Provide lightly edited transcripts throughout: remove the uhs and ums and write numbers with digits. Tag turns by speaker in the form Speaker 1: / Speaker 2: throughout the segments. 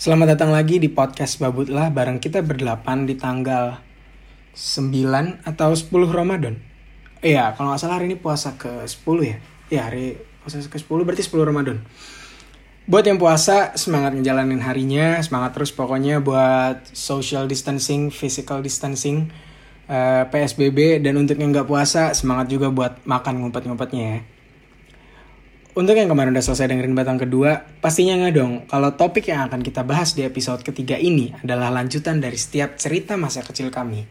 Speaker 1: Selamat datang lagi di podcast Babutlah bareng kita berdelapan di tanggal 9 atau 10 Ramadan. Iya, kalau gak salah hari ini puasa ke-10 ya. Iya, hari puasa ke-10 berarti 10 Ramadan. Buat yang puasa, semangat ngejalanin harinya. Semangat terus pokoknya buat social distancing, physical distancing, PSBB. Dan untuk yang gak puasa, semangat juga buat makan ngumpet-ngumpetnya ya. Untuk yang kemarin udah selesai dengerin batang kedua, pastinya nggak dong kalau topik yang akan kita bahas di episode ketiga ini adalah lanjutan dari setiap cerita masa kecil kami.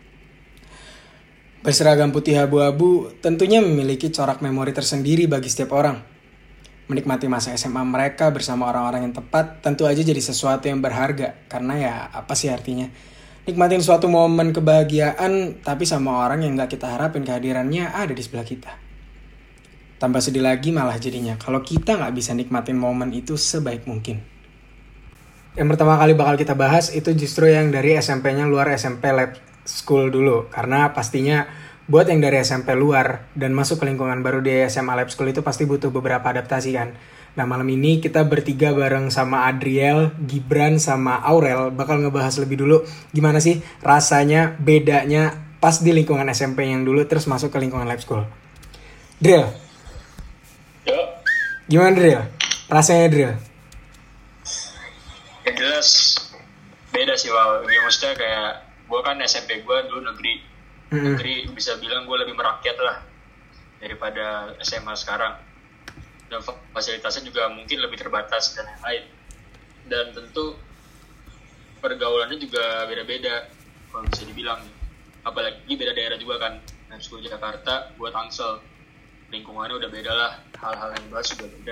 Speaker 1: Berseragam putih abu-abu tentunya memiliki corak memori tersendiri bagi setiap orang. Menikmati masa SMA mereka bersama orang-orang yang tepat tentu aja jadi sesuatu yang berharga. Karena ya apa sih artinya? Nikmatin suatu momen kebahagiaan tapi sama orang yang nggak kita harapin kehadirannya ada di sebelah kita. Tambah sedih lagi malah jadinya kalau kita nggak bisa nikmatin momen itu sebaik mungkin. Yang pertama kali bakal kita bahas itu justru yang dari SMP-nya luar SMP Lab School dulu. Karena pastinya buat yang dari SMP luar dan masuk ke lingkungan baru di SMA Lab School itu pasti butuh beberapa adaptasi kan. Nah malam ini kita bertiga bareng sama Adriel, Gibran, sama Aurel bakal ngebahas lebih dulu gimana sih rasanya bedanya pas di lingkungan SMP yang dulu terus masuk ke lingkungan Lab School. Driel. Gimana Driel? Rasanya Driel?
Speaker 2: Ya jelas beda sih Wal. Ya maksudnya kayak gue kan SMP gue dulu negeri. Negeri bisa bilang gue lebih merakyat lah daripada SMA sekarang. Dan fasilitasnya juga mungkin lebih terbatas dan lain-lain. Dan tentu pergaulannya juga beda-beda kalau bisa dibilang. Apalagi beda daerah juga kan. Nah, sekolah Jakarta gue Tangsel. Lingkungannya udah beda lah, hal-hal yang dibahas juga beda.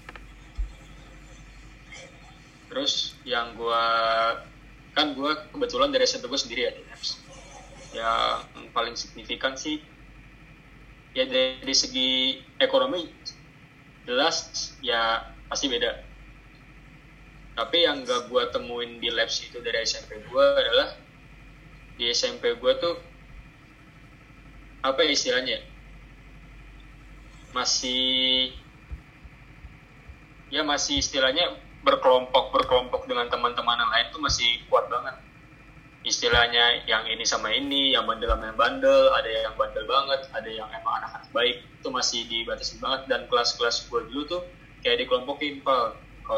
Speaker 2: Terus yang gue kebetulan dari SMP gue sendiri ya, yang paling signifikan sih ya dari segi ekonomi jelas ya pasti beda. Tapi yang gak gue temuin di labs itu dari SMP gue adalah di SMP gue tuh apa ya istilahnya, masih istilahnya berkelompok dengan teman-teman yang lain tuh masih kuat banget. Istilahnya yang ini sama ini, yang bandel sama yang bandel, ada yang bandel banget, ada yang emang anak-anak baik, itu masih dibatasi banget. Dan kelas-kelas gue dulu tuh kayak dikelompokin, Pak.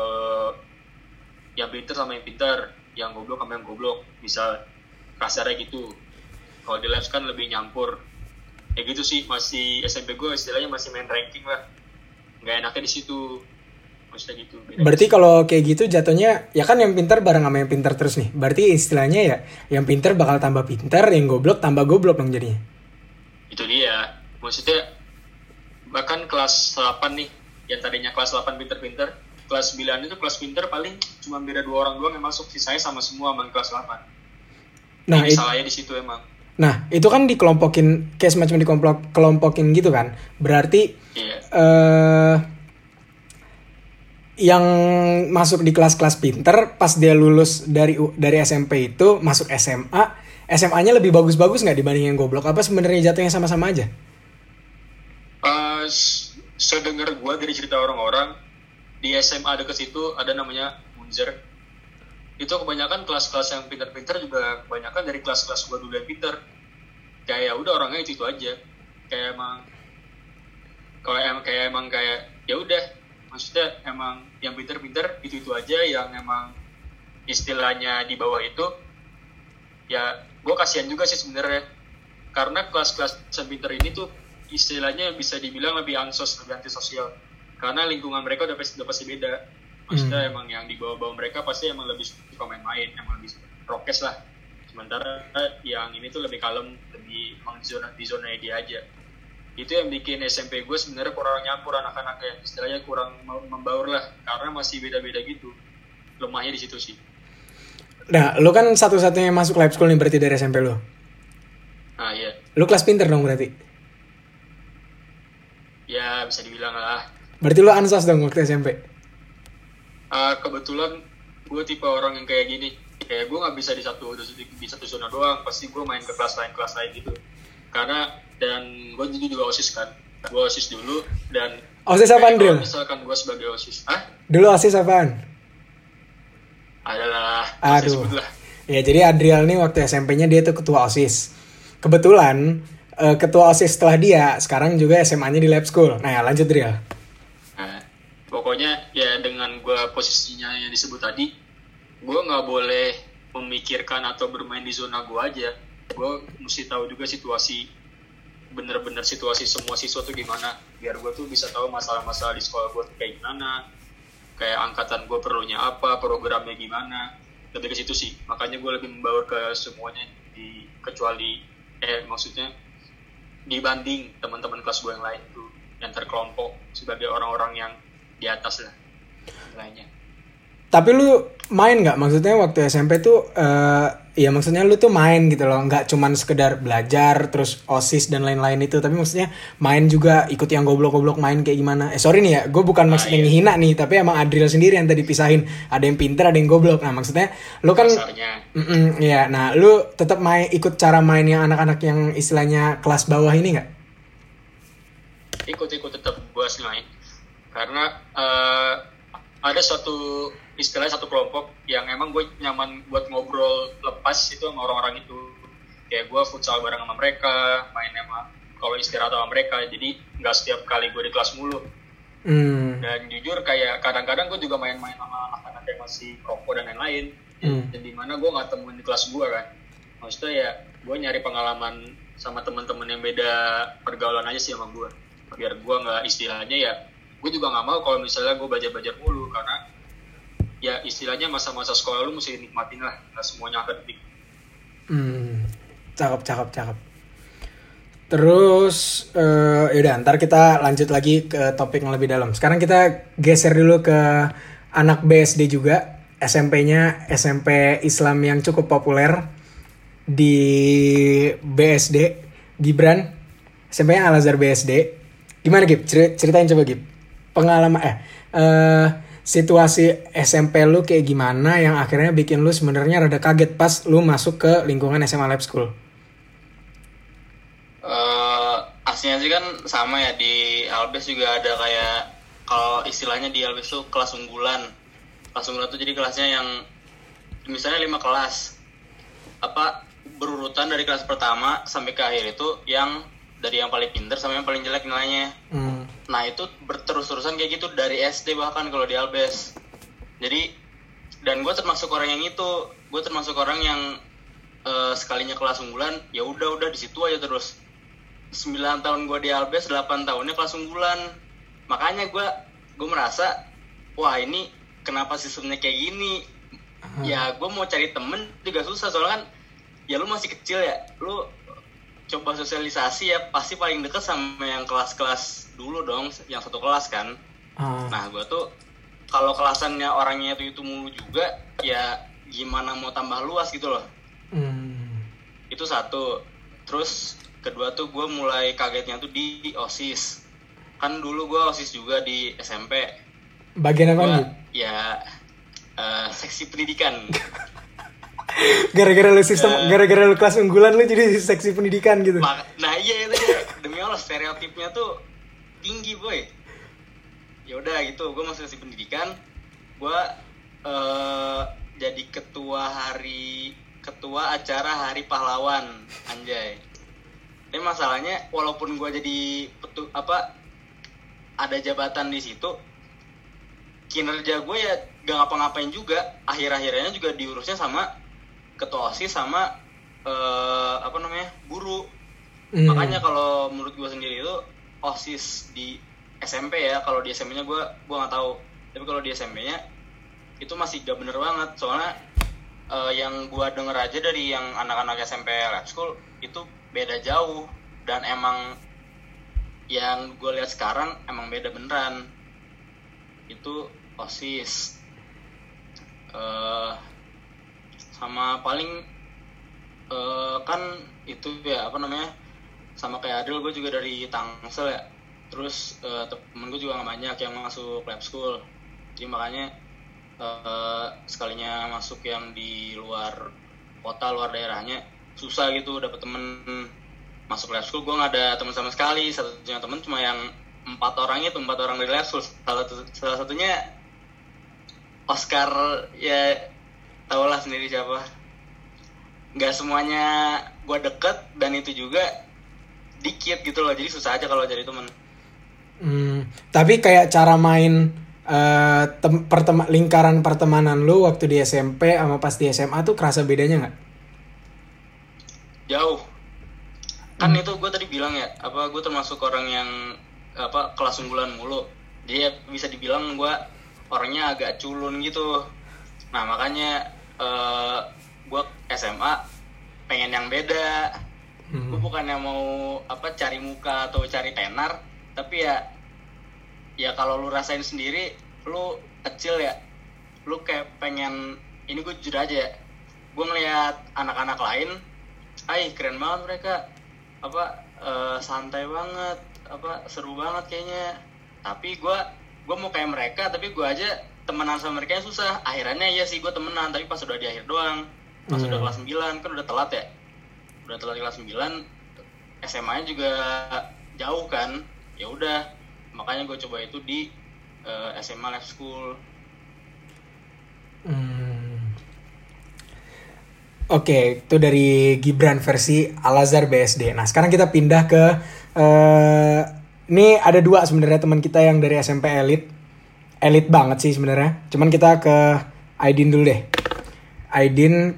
Speaker 2: Yang pintar sama yang pintar, yang goblok sama yang goblok, bisa kasarnya gitu. Kalau di labs kan lebih nyampur. Ya gitu sih, masih SMP gue istilahnya masih main ranking lah, nggak enaknya di situ, maksudnya gitu.
Speaker 1: Berarti kalau kayak gitu jatuhnya ya kan yang pintar bareng sama yang pintar terus nih. Berarti istilahnya ya yang pintar bakal tambah pintar, yang goblok tambah goblok dong jadinya.
Speaker 2: Itu dia, maksudnya bahkan kelas 8 nih, yang tadinya kelas 8 pintar-pintar, kelas 9 itu kelas pintar paling cuma beda 2 orang doang yang masuk, sisanya sama semua sama kelas 8. Nah, salahnya di situ emang.
Speaker 1: Nah, itu kan dikelompokin, kayak semacam dikelompokin gitu kan. Berarti yang masuk di kelas-kelas pinter pas dia lulus dari SMP itu masuk SMA, SMA-nya lebih bagus-bagus nggak dibanding yang goblok? Apa sebenarnya jatuhnya sama-sama aja?
Speaker 2: Sedengar gue dari cerita orang-orang di SMA dekat situ ada namanya Munzer. Itu kebanyakan kelas-kelas yang pintar-pintar juga kebanyakan dari kelas-kelas gue dulu yang pintar. Kayak udah orangnya itu aja. Kayak emang ya udah, maksudnya emang yang pintar-pintar itu aja, yang emang istilahnya di bawah itu ya gue kasihan juga sih sebenarnya. Karena kelas-kelas yang pintar ini tuh istilahnya bisa dibilang lebih ansos, lebih antisosial. Karena lingkungan mereka udah pasti beda. Maksudnya emang yang di bawah-bawah mereka pasti emang lebih suka main-main, emang lebih prokes lah. Sementara yang ini tuh lebih kalem, lebih di zona dia aja. Itu yang bikin SMP gue sebenarnya kurang nyampur anak-anaknya, istilahnya kurang membaur lah, karena masih beda-beda gitu. Lemahnya di situ sih.
Speaker 1: Nah, lu kan satu-satunya yang masuk lab school nih berarti dari SMP lu.
Speaker 2: Ah iya.
Speaker 1: Lu kelas pinter dong berarti?
Speaker 2: Ya bisa dibilang lah.
Speaker 1: Berarti lu ansos dong waktu SMP?
Speaker 2: Kebetulan gue tipe orang yang kayak gini, kayak gue nggak bisa di satu zona doang, pasti gue main ke kelas lain gitu. Karena dan gue juga OSIS kan, gue OSIS dulu. Dan
Speaker 1: OSIS apaan, Dril?
Speaker 2: Misalkan gue sebagai OSIS,
Speaker 1: dulu OSIS apaan? Aduh.
Speaker 2: Sebutlah.
Speaker 1: Ya jadi Adriel nih waktu SMP-nya dia tuh ketua OSIS. Kebetulan ketua OSIS setelah dia sekarang juga SMA-nya di lab school. Nah ya lanjut Driel.
Speaker 2: Nah, pokoknya ya dengan gue posisinya yang disebut tadi, gue nggak boleh memikirkan atau bermain di zona gue aja. Gue mesti tahu juga situasi, bener-bener situasi semua siswa tuh gimana, biar gue tuh bisa tahu masalah-masalah di sekolah gue tuh kayak gimana, kayak angkatan gue perlunya apa, programnya gimana, lebih ke situ sih. Makanya gue lebih membaur ke semuanya, maksudnya dibanding teman-teman kelas gue yang lain tuh yang terkelompok sebagai orang-orang yang di atas lah nilainya.
Speaker 1: Tapi lu main nggak? Maksudnya waktu SMP tuh, ya maksudnya lu tuh main gitu loh, nggak cuman sekedar belajar terus OSIS dan lain-lain itu, tapi maksudnya main juga, ikut yang goblok-goblok main kayak gimana? Sorry nih ya, gue bukan maksudnya ngehina nih, tapi emang Adriel sendiri yang tadi pisahin, ada yang pinter, ada yang goblok. Nah maksudnya lu kan, ya, nah lu tetap ikut cara main yang anak-anak yang istilahnya kelas bawah ini nggak?
Speaker 2: Ikut tetap gue main, karena ada istilahnya satu kelompok yang emang gue nyaman buat ngobrol lepas itu sama orang-orang itu. Kayak gue futsal bareng sama mereka, main sama kalau istirahat sama mereka, jadi nggak setiap kali gue di kelas mulu. Dan jujur kayak kadang-kadang gue juga main-main sama anak-anak yang masih rokok dan lain-lain. Dan dimana gue nggak temuin di kelas gue kan. Maksudnya ya gue nyari pengalaman sama teman-teman yang beda pergaulan aja sih sama gue. Biar gue nggak istilahnya ya, gue juga nggak mau kalau misalnya gue belajar mulu, karena ya istilahnya masa-masa sekolah lu mesti nikmatin lah, nggak semuanya akademik.
Speaker 1: Cakep. Terus yaudah ntar kita lanjut lagi ke topik yang lebih dalam. Sekarang kita geser dulu ke anak BSD juga. SMP-nya SMP Islam yang cukup populer di BSD, Gibran. SMP-nya Al-Azhar BSD. Gimana Gib? Ceritain coba Gib. Pengalaman situasi SMP lu kayak gimana yang akhirnya bikin lu sebenarnya rada kaget pas lu masuk ke lingkungan SMA Lab School?
Speaker 3: Aslinya sih kan sama ya, di Albes juga ada kayak, kalau istilahnya di Albes tuh kelas unggulan. Kelas unggulan tuh jadi kelasnya yang misalnya 5 kelas, berurutan dari kelas pertama sampai ke akhir itu yang dari yang paling pinter sampai yang paling jelek nilainya. Nah itu berterus-terusan kayak gitu dari SD bahkan kalau di Albes. Jadi, dan gue termasuk orang yang itu, gue termasuk orang yang sekalinya kelas unggulan, ya udah di situ aja terus. 9 tahun gue di Albes, 8 tahunnya kelas unggulan. Makanya gue merasa, wah ini kenapa sistemnya kayak gini? Ya gue mau cari temen juga susah, soalnya kan ya lu masih kecil ya, lu coba sosialisasi ya pasti paling deket sama yang kelas-kelas dulu dong, yang satu kelas kan. Nah gue tuh kalau kelasannya orangnya itu mulu juga, ya gimana mau tambah luas gitu loh. Itu satu. Terus kedua tuh gue mulai kagetnya tuh di OSIS. Kan dulu gue OSIS juga di SMP.
Speaker 1: Bagian apa nih?
Speaker 3: Ya seksi pendidikan.
Speaker 1: Gara-gara lu kelas unggulan lu jadi seksi pendidikan gitu.
Speaker 3: Nah iya itu ya, demi Allah stereotipnya tuh tinggi boy. Ya udah gitu, gue masuk seksi pendidikan, gue jadi ketua acara Hari Pahlawan, anjay. Tapi masalahnya walaupun gue jadi ada jabatan di situ, kinerja gue ya gak ngapa-ngapain juga. Akhir-akhirnya juga diurusnya sama ketua OSIS sama guru. Makanya kalau menurut gue sendiri itu OSIS di SMP ya, kalau di SMP-nya gue nggak tahu, tapi kalau di SMP-nya itu masih gak bener banget. Soalnya yang gue denger aja dari yang anak-anak SMP Lab School itu beda jauh, dan emang yang gue lihat sekarang emang beda beneran. Itu OSIS sama paling kan itu ya sama kayak Adil, gue juga dari Tangsel ya. Terus temen gue juga gak banyak yang masuk Lab School, jadi makanya sekalinya masuk yang di luar kota, luar daerahnya susah gitu dapet temen. Masuk Lab School gue gak ada temen sama sekali, satu-satunya temen cuma yang 4 orang dari Lab School. Salah satunya Oscar ya, tau lah sendiri siapa. Nggak semuanya gue deket, dan itu juga dikit gitu loh, jadi susah aja kalau cari temen.
Speaker 1: Tapi kayak cara main lingkaran pertemanan lu waktu di SMP sama pas di SMA tuh kerasa bedanya nggak?
Speaker 3: Jauh. Kan itu gue tadi bilang ya, gue termasuk orang yang kelas unggulan mulu. Jadi ya bisa dibilang gue orangnya agak culun gitu. Nah makanya gue SMA pengen yang beda. Gue bukannya mau cari muka atau cari tenar, tapi ya kalau lu rasain sendiri, lu kecil ya, lu kayak pengen, ini gue jujur aja ya, gue ngeliat anak-anak lain, keren banget mereka, santai banget, seru banget kayaknya. Tapi gue mau kayak mereka, tapi gue aja temenan sama mereka susah. Akhirnya iya sih gue temenan, tapi pas udah di akhir doang. Pas udah kelas 9, kan udah telat ya, udah telat kelas 9, SMA-nya juga jauh kan. Ya udah, makanya gue coba itu di SMA Life School.
Speaker 1: Oke, itu dari Gibran versi Al-Azhar BSD. Nah, sekarang kita pindah ke ini ada dua sebenarnya teman kita yang dari SMP elit banget sih sebenarnya. Cuman kita ke Aidin dulu deh. Aidin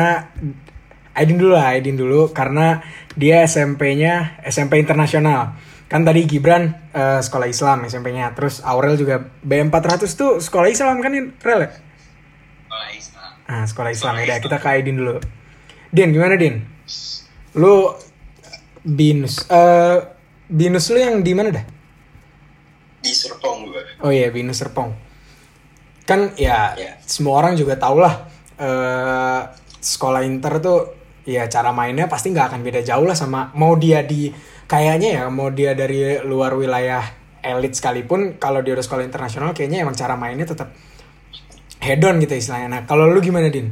Speaker 1: dulu karena dia SMP-nya SMP internasional. Kan tadi Gibran sekolah Islam SMP-nya. Terus Aurel juga B400 tuh sekolah Islam kan, Rel ya?
Speaker 3: Sekolah Islam.
Speaker 1: Nah, sekolah Islam. Udah, kita ke Aidin dulu. Din, gimana Din? Lu binus lu yang di mana dah?
Speaker 4: Di Serpong gue.
Speaker 1: Oh iya, binus Serpong. Kan ya semua orang juga tahu lah, sekolah inter tuh ya cara mainnya pasti nggak akan beda jauh lah sama mau dia mau dia dari luar wilayah elit sekalipun, kalau dia udah sekolah internasional kayaknya emang cara mainnya tetap head on gitu istilahnya. Nah kalau lu gimana Din?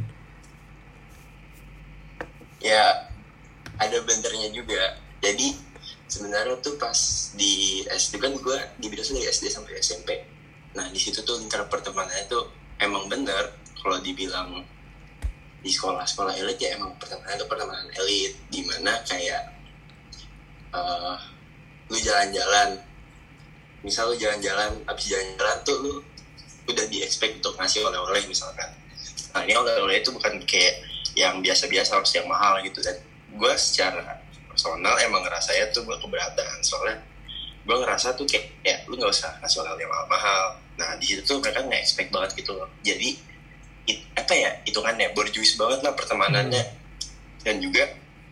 Speaker 4: Ya ada benernya juga. Jadi sebenarnya tuh pas di SD kan gue di bidang dari SD sampai SMP. Nah di situ tuh lingkaran pertemanannya tuh emang bener kalau dibilang di sekolah elit ya emang pertemanan elit, dimana kayak lu jalan-jalan, misal lu jalan-jalan, abis jalan-jalan tuh lu udah di-expect untuk ngasih oleh-oleh misalkan. Nah ini oleh-oleh itu bukan kayak yang biasa-biasa, harus yang mahal gitu. Dan gue secara personal emang ngerasanya tuh gue keberatan, soalnya gue ngerasa tuh kayak lu gak usah ngasih oleh-oleh yang mahal-mahal. Nah di situ tuh mereka nggak expect banget gitu loh. Jadi hitungannya borjuis banget lah pertemanannya. Dan juga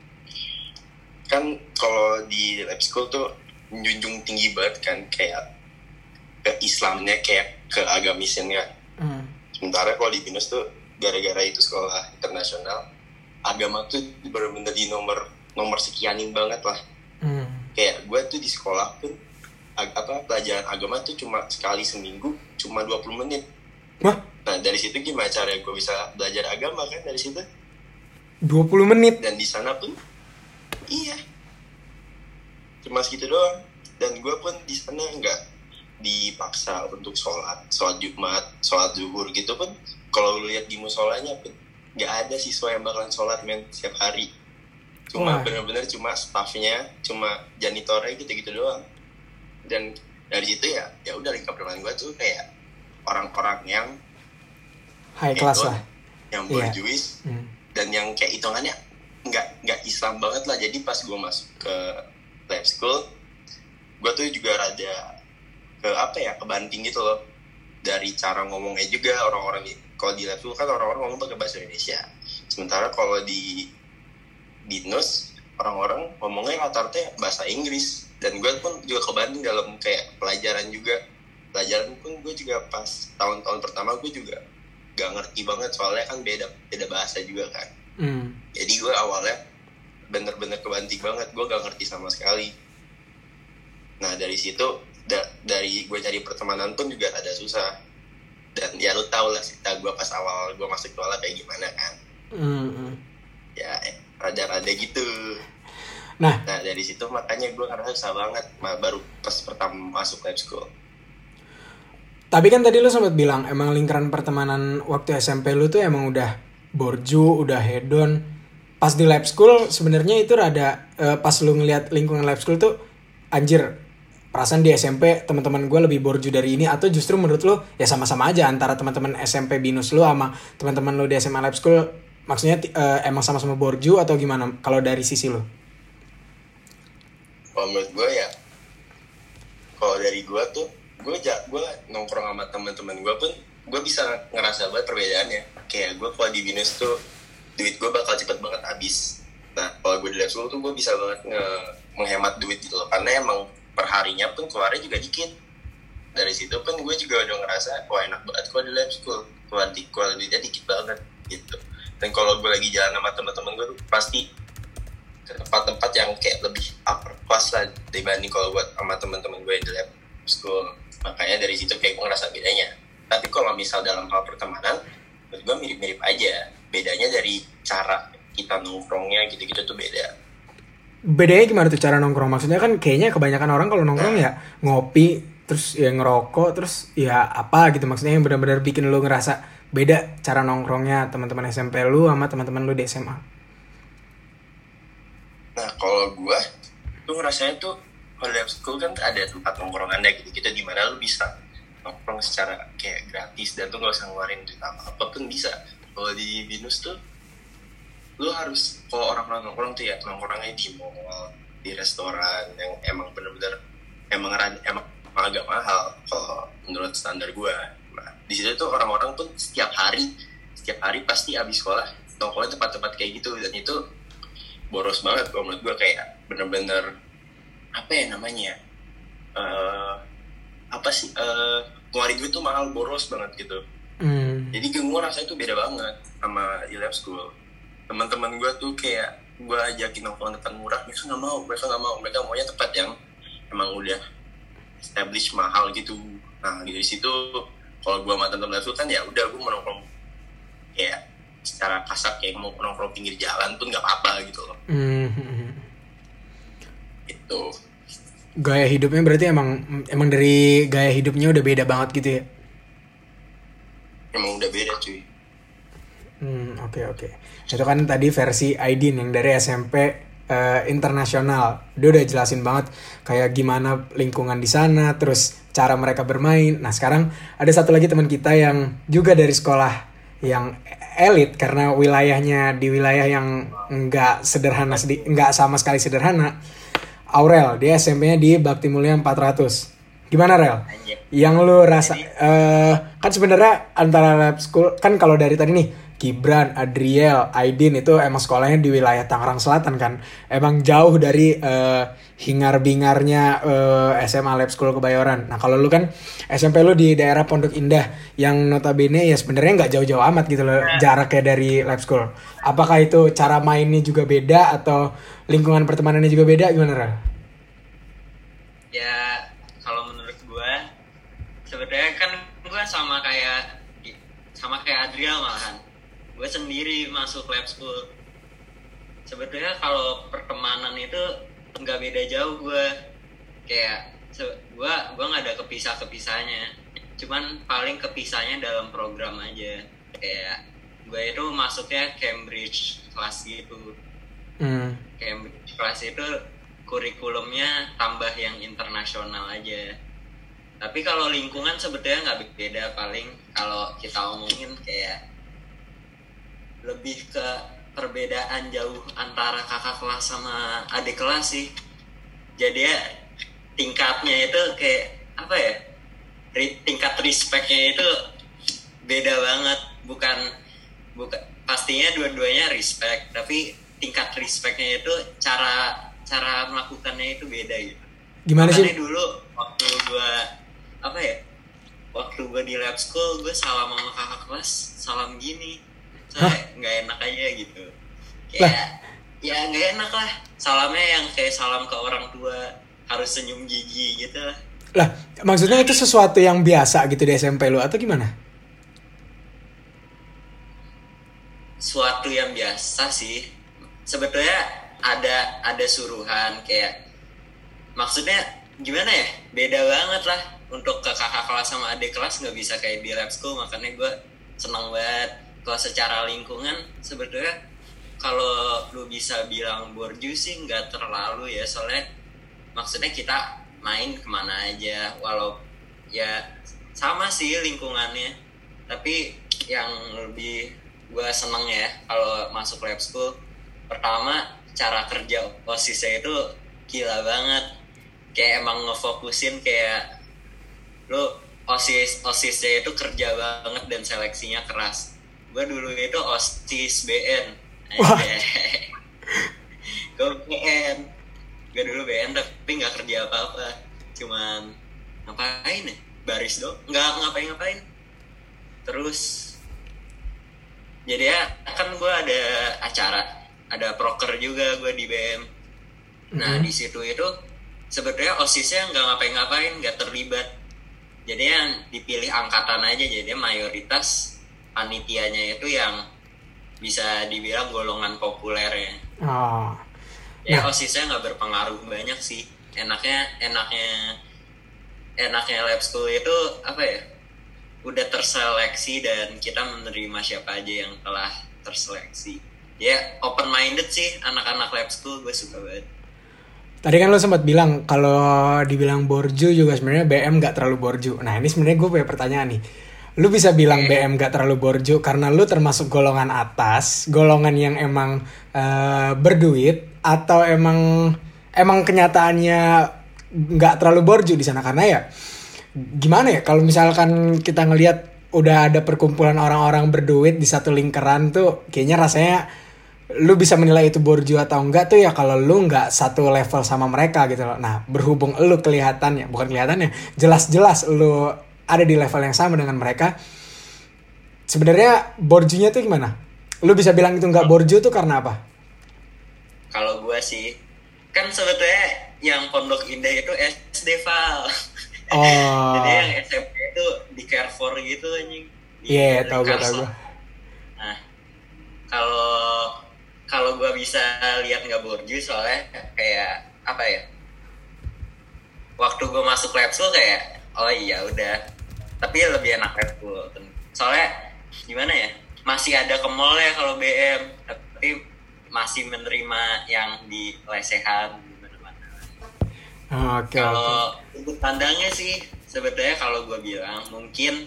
Speaker 4: kan kalau di lab school tuh menjunjung tinggi banget kan kayak ke Islamnya, kayak ke agamisnya kan. Sementara kalau di BINUS tuh gara-gara itu sekolah internasional, agama tuh bener-bener di nomor sekianin banget lah. Kayak gue tuh di sekolah pun pelajaran agama tuh cuma sekali seminggu, cuma 20 menit.
Speaker 1: Wah?
Speaker 4: Nah dari situ gimana cara gue bisa belajar agama kan dari situ?
Speaker 1: 20 menit?
Speaker 4: Dan di sana pun iya cuma segitu doang. Dan gue pun di sana nggak dipaksa untuk sholat Jumat, sholat zuhur gitu pun. Kalau lu lihat di musolanya pun nggak ada siswa yang bakalan sholat setiap hari. Cuma bener-bener cuma staffnya, cuma janitornya gitu-gitu doang. Dan dari situ ya udah lingkap pertemanan gue tuh kayak orang-orang yang
Speaker 1: high class lah,
Speaker 4: yang borjuis, dan yang kayak hitungannya nggak Islam banget lah. Jadi pas gue masuk ke lab school, gue tuh juga rada kebanting gitu loh dari cara ngomongnya juga. Orang-orang kalau di lab school kan orang-orang ngomong pakai bahasa Indonesia, sementara kalau di BINUS orang-orang ngomongnya rata-rata bahasa Inggris. Dan gue pun juga kebanting dalam kayak pelajaran pun gue juga pas tahun-tahun pertama gue juga gak ngerti banget, soalnya kan beda bahasa juga kan. Jadi gue awalnya bener-bener kebanting banget, gue gak ngerti sama sekali. Nah dari situ dari gue cari pertemanan pun juga ada susah. Dan ya lu tau lah cerita gue pas awal gue masuk sekolah kayak gimana kan. Ya rada-rada gitu. Nah dari situ makanya gue ngerasa susah banget baru pas pertama masuk lab school.
Speaker 1: Tapi kan tadi lu sempat bilang emang lingkaran pertemanan waktu SMP lu tuh emang udah borju, udah hedon. Pas di lab school sebenarnya itu rada pas lu ngeliat lingkungan lab school tuh anjir, perasaan di SMP teman-teman gue lebih borju dari ini, atau justru menurut lu ya sama-sama aja antara teman-teman SMP binus lu sama teman-teman lu di SMA lab school, maksudnya emang sama-sama borju atau gimana kalau dari sisi lu?
Speaker 4: Kalau menurut gue ya, kalau dari gue tuh gue nongkrong sama teman-teman gue pun gue bisa ngerasa banget perbedaannya. Kayak gue kalau di binus tuh duit gue bakal cepet banget habis. Nah kalau gue di lab school tuh gue bisa banget menghemat duit gitu loh, karena emang perharinya pun keluarnya juga dikit. Dari situ pun gue juga udah ngerasa wah enak banget kalau di lab school, keluar duitnya dikit banget gitu. Dan kalau gue lagi jalan sama teman-teman gue tuh pasti ke tempat-tempat yang kayak lebih upper class lah dibanding kalau buat sama teman-teman gue di lab school. Makanya dari situ kayak gue ngerasa bedanya. Tapi kalau misal dalam hal pertemanan, menurut gue mirip-mirip aja. Bedanya dari cara kita nongkrongnya gitu-gitu tuh beda.
Speaker 1: Bedanya gimana tuh cara nongkrong? Maksudnya kan kayaknya kebanyakan orang kalau nongkrong ya ngopi, terus ya ngerokok, terus ya apa gitu. Maksudnya yang benar-benar bikin lu ngerasa beda cara nongkrongnya teman-teman SMP lu sama teman-teman lu di SMA.
Speaker 4: Nah kalau gue tuh ngerasanya tuh kalau di school kan ada tempat nongkrongannya gitu-gitu di mana lu bisa nongkrong secara kayak gratis dan tuh nggak usah ngeluarin duit apapun bisa. Kalau di binus tuh lu harus, kalau orang nongkrong tuh ya nongkrongnya di mall, di restoran yang emang bener-bener emang agak mahal kalau menurut standar gue. Nah, di situ tuh orang-orang pun setiap hari pasti abis sekolah nongkrongnya tempat-tempat kayak gitu, dan itu boros banget kalau menurut gue. Kayak bener-bener apa ya namanya, ngeluarin duit tuh mahal, boros banget gitu. Jadi gue rasanya tuh beda banget sama di lab school. Teman-teman gue tuh kayak gue ajakin nongkrong tempat murah, mereka nggak mau, mereka maunya tempat yang emang udah established mahal gitu. Nah dari situ kalau gue sama teman-teman lab school kan ya udah gue mau nongkrong kayak secara kasar kayak mau nongkrong pinggir jalan pun nggak apa-apa gitu loh. Itu
Speaker 1: gaya hidupnya berarti emang dari gaya hidupnya udah beda banget gitu ya?
Speaker 4: Emang udah beda cuy.
Speaker 1: Oke. Itu kan tadi versi Aidin yang dari SMP internasional. Dia udah jelasin banget kayak gimana lingkungan di sana, terus cara mereka bermain. Nah sekarang ada satu lagi teman kita yang juga dari sekolah yang elit karena wilayahnya di wilayah yang nggak sama sekali sederhana. Aurel, dia SMP-nya di Bakti Mulia 400. Gimana Rel? Yang lu rasa kan sebenarnya antara lab school kan kalau dari tadi nih Gibran, Adriel, Aidin itu emang sekolahnya di wilayah Tangerang Selatan kan. Emang jauh dari hingar-bingarnya SMA Lab School Kebayoran. Nah kalau lu kan SMP lu di daerah Pondok Indah yang notabene ya sebenarnya nggak jauh-jauh amat gitu loh jaraknya dari Lab School. Apakah itu cara mainnya juga beda atau lingkungan pertemanannya juga beda, gimana Rel?
Speaker 3: Ya kalau menurut gue sebenarnya kan gue sama kayak Adriel malahan. Gue sendiri masuk lab school. Sebenarnya kalau pertemanan itu nggak beda jauh gue. Kayak gue nggak ada kepisahnya. Cuman paling kepisahnya dalam program aja. Kayak gue itu masuknya Cambridge class gitu. Cambridge class itu kurikulumnya tambah yang internasional aja. Tapi kalau lingkungan sebetulnya nggak beda, paling kalau kita omongin kayak lebih ke perbedaan jauh antara kakak kelas sama adik kelas sih. Jadi ya tingkatnya itu kayak apa ya? Tingkat respectnya itu beda banget. Bukan pastinya dua-duanya respect, tapi tingkat respectnya itu cara melakukannya itu beda gitu.
Speaker 1: Gimana sih?
Speaker 3: Makanya dulu waktu gue di lab school gue salam sama kakak kelas salam gini, soalnya nggak enak aja gitu. Kayak ya nggak enak lah, salamnya yang kayak salam ke orang tua harus senyum gigi gitu lah.
Speaker 1: Lah maksudnya itu sesuatu yang biasa gitu di SMP lu atau gimana?
Speaker 3: Suatu yang biasa sih sebetulnya. Ada suruhan kayak, maksudnya gimana ya, beda banget lah. Untuk ke kakak kelas sama adik kelas nggak bisa kayak di lab school. Makanya gue senang banget kalau secara lingkungan sebenarnya kalau lu bisa bilang borju sih nggak terlalu ya, soalnya maksudnya kita main kemana aja, walau ya sama sih lingkungannya. Tapi yang lebih gue seneng ya kalau masuk lab school, pertama cara kerja OSISnya itu gila banget, kayak emang ngefokusin kayak lu OSISnya itu kerja banget dan seleksinya keras. Gue dulu itu OSIS BN. Gue dulu BN tapi nggak kerja apa-apa, cuman ngapain ya, baris dong, nggak ngapain. Terus jadi ya kan gue ada acara, ada proker juga gue di BM. Nah di situ itu sebetulnya OSISnya nggak ngapain-ngapain, nggak terlibat. Jadi yang dipilih angkatan aja, jadi mayoritas panitianya itu yang bisa dibilang golongan populer ya. Ya OSISnya nggak berpengaruh banyak sih. Enaknya lab school itu apa ya? Udah terseleksi dan kita menerima siapa aja yang telah terseleksi. Ya open minded sih anak-anak lab school, gue suka banget.
Speaker 1: Tadi kan lo sempat bilang kalau dibilang borju juga sebenarnya BM nggak terlalu borju. Nah ini sebenarnya gue punya pertanyaan nih. Lu bisa bilang BM nggak terlalu borju karena lu termasuk golongan atas, golongan yang emang berduit, atau emang kenyataannya nggak terlalu borju di sana? Karena ya gimana ya, kalau misalkan kita ngelihat udah ada perkumpulan orang-orang berduit di satu lingkaran tuh, kayaknya rasanya lu bisa menilai itu borju atau enggak tuh ya kalau lu nggak satu level sama mereka gitu loh. Nah berhubung lu jelas-jelas lu ada di level yang sama dengan mereka, sebenarnya borjunya tuh gimana? Lu bisa bilang itu nggak borju tuh karena apa?
Speaker 3: Kalau gue sih kan sebetulnya yang Pondok Indah itu SD Val. Jadi yang SMP itu di Carrefour gitu anjing.
Speaker 1: Iya, tahu gue.
Speaker 3: Nah, kalau gue bisa lihat nggak borju soalnya kayak apa ya? Waktu gue masuk lab school kayak oh iya udah, tapi lebih enak lab school. Soalnya gimana ya? Masih ada ke mall ya kalau BM, tapi masih menerima yang di lesehan gimana-mana. Kalau untuk pandangnya sih sebetulnya kalau gue bilang mungkin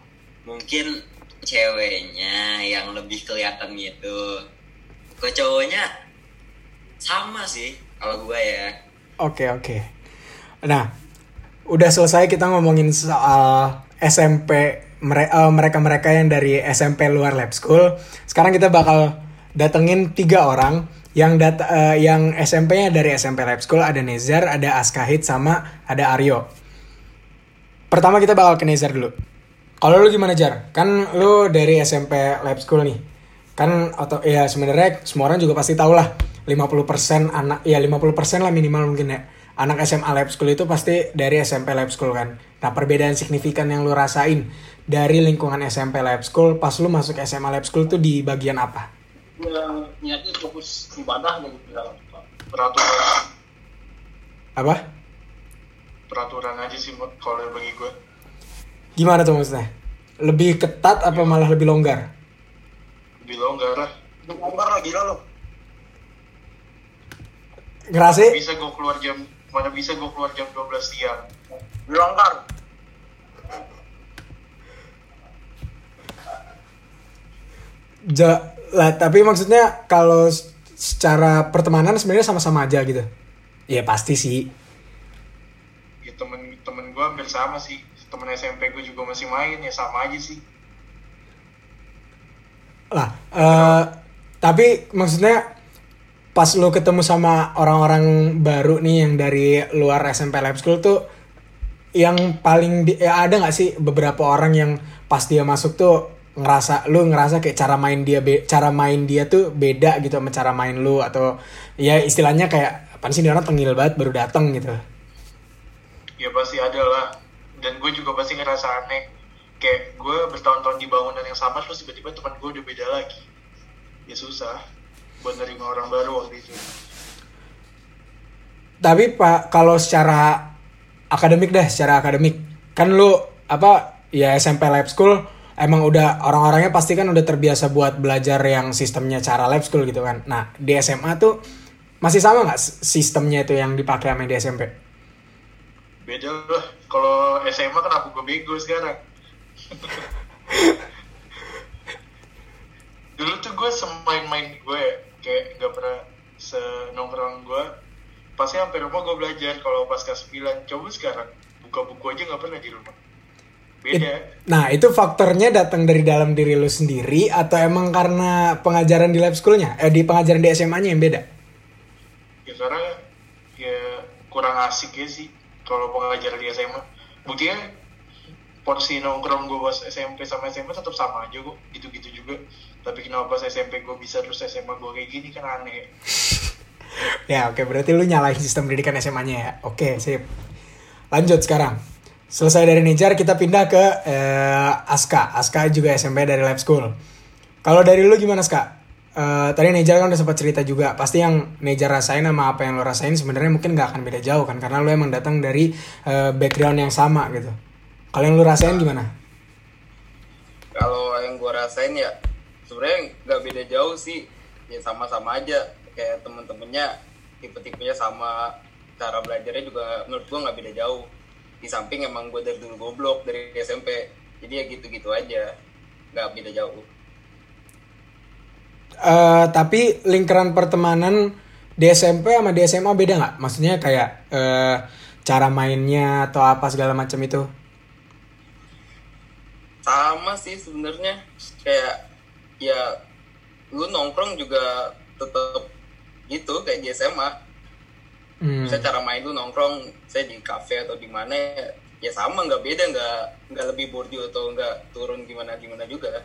Speaker 3: ceweknya yang lebih kelihatan gitu. Ke cowoknya sama sih kalau gue ya.
Speaker 1: Oke. Nah, udah selesai kita ngomongin soal SMP, mereka yang dari SMP luar lab school. Sekarang kita bakal datengin 3 orang yang SMP-nya dari SMP lab school. Ada Nezar, ada Askahid, sama ada Aryo. Pertama kita bakal ke Nezar dulu. Kalau lu gimana, Jar? Kan lu dari SMP lab school nih. Kan atau ya sebenarnya semua orang juga pasti tahu lah 50% anak, ya 50% lah minimal mungkin ya, anak SMA lab school itu pasti dari SMP lab school kan. Nah perbedaan signifikan yang lu rasain dari lingkungan SMP lab school pas lu masuk SMA lab school tuh di bagian apa?
Speaker 2: Niatnya fokus ibadah gitu ya, peraturan.
Speaker 1: Apa?
Speaker 2: Peraturan aja sih kalau bagi gue.
Speaker 1: Gimana tuh maksudnya? Lebih ketat apa malah lebih longgar?
Speaker 2: Lebih longgar lah. Lebih longgar lah, gila lo.
Speaker 1: Ngerasa?
Speaker 2: Mana bisa gue keluar jam 12 siang. Lebih longgar.
Speaker 1: Tapi maksudnya kalau secara pertemanan sebenarnya sama-sama aja gitu. Ya pasti sih.
Speaker 2: Ya temen gue hampir sama sih. Temen SMP gue juga masih main, ya sama aja sih.
Speaker 1: Lah, tapi maksudnya pas lu ketemu sama orang-orang baru nih yang dari luar SMP lab school tuh, yang paling ada nggak sih beberapa orang yang pas dia masuk tuh ngerasa kayak cara main dia tuh beda gitu sama cara main lu, atau ya istilahnya kayak apaan sih, dia orang tengil banget baru dateng gitu.
Speaker 2: Ya pasti ada lah, dan gue juga pasti ngerasa aneh, kayak gue bertahun-tahun di bangunan yang sama terus tiba-tiba teman gue udah beda lagi. Ya susah buat nerima orang baru waktu itu.
Speaker 1: Tapi Pak, kalau secara akademik kan lu ya SMP lab school emang udah orang-orangnya pasti kan udah terbiasa buat belajar yang sistemnya cara lab school gitu kan. Nah di SMA tuh masih sama nggak sistemnya itu yang dipakai sama di SMP?
Speaker 5: Beda lah. Kalau SMA kenapa gue bego sekarang? Dulu tuh gue semain-main gue kayak gak pernah senongkrong gue. Pasti sampai rumah gue belajar. Kalau pas kelas 9, coba sekarang buka buku aja gak pernah di rumah. Beda.
Speaker 1: Nah itu faktornya datang dari dalam diri lu sendiri atau emang karena pengajaran di lab schoolnya? Di pengajaran di SMA-nya yang beda?
Speaker 5: Ya karena ya kurang asik ya sih kalau pengajaran di SMA. Buktinya porsi nongkrong gue pas SMP sama SMA tetap sama aja kok, gitu-gitu juga. Tapi kenapa pas SMP gue bisa terus SMA gue kayak gini kan aneh.
Speaker 1: Ya oke, berarti lu nyalahin sistem pendidikan SMA-nya ya. Oke, sip. Lanjut sekarang. Selesai dari Nejar kita pindah ke Aska. Aska juga SMP dari lab school. Kalau dari lu gimana Ska? Tadi Nejar kan udah sempat cerita juga. Pasti yang Nejar rasain sama apa yang lu rasain sebenarnya mungkin gak akan beda jauh kan. Karena lu emang datang dari background yang sama gitu. Kalau yang lu rasain gimana?
Speaker 3: Kalau yang gue rasain ya sebenarnya nggak beda jauh sih, ya sama-sama aja kayak temen-temennya, tipe-tipenya sama, cara belajarnya juga menurut gue nggak beda jauh. Di samping emang gue dari dulu goblok dari SMP, jadi ya gitu-gitu aja, nggak beda jauh.
Speaker 1: Tapi lingkaran pertemanan di SMP sama di SMA beda nggak? Maksudnya kayak cara mainnya atau apa segala macam itu?
Speaker 3: Sama sih sebenarnya, kayak ya lu nongkrong juga tetap gitu kayak di SMA. Bisa cara main lu nongkrong, saya di kafe atau di mana ya sama, nggak beda, nggak lebih bordio atau nggak turun gimana juga.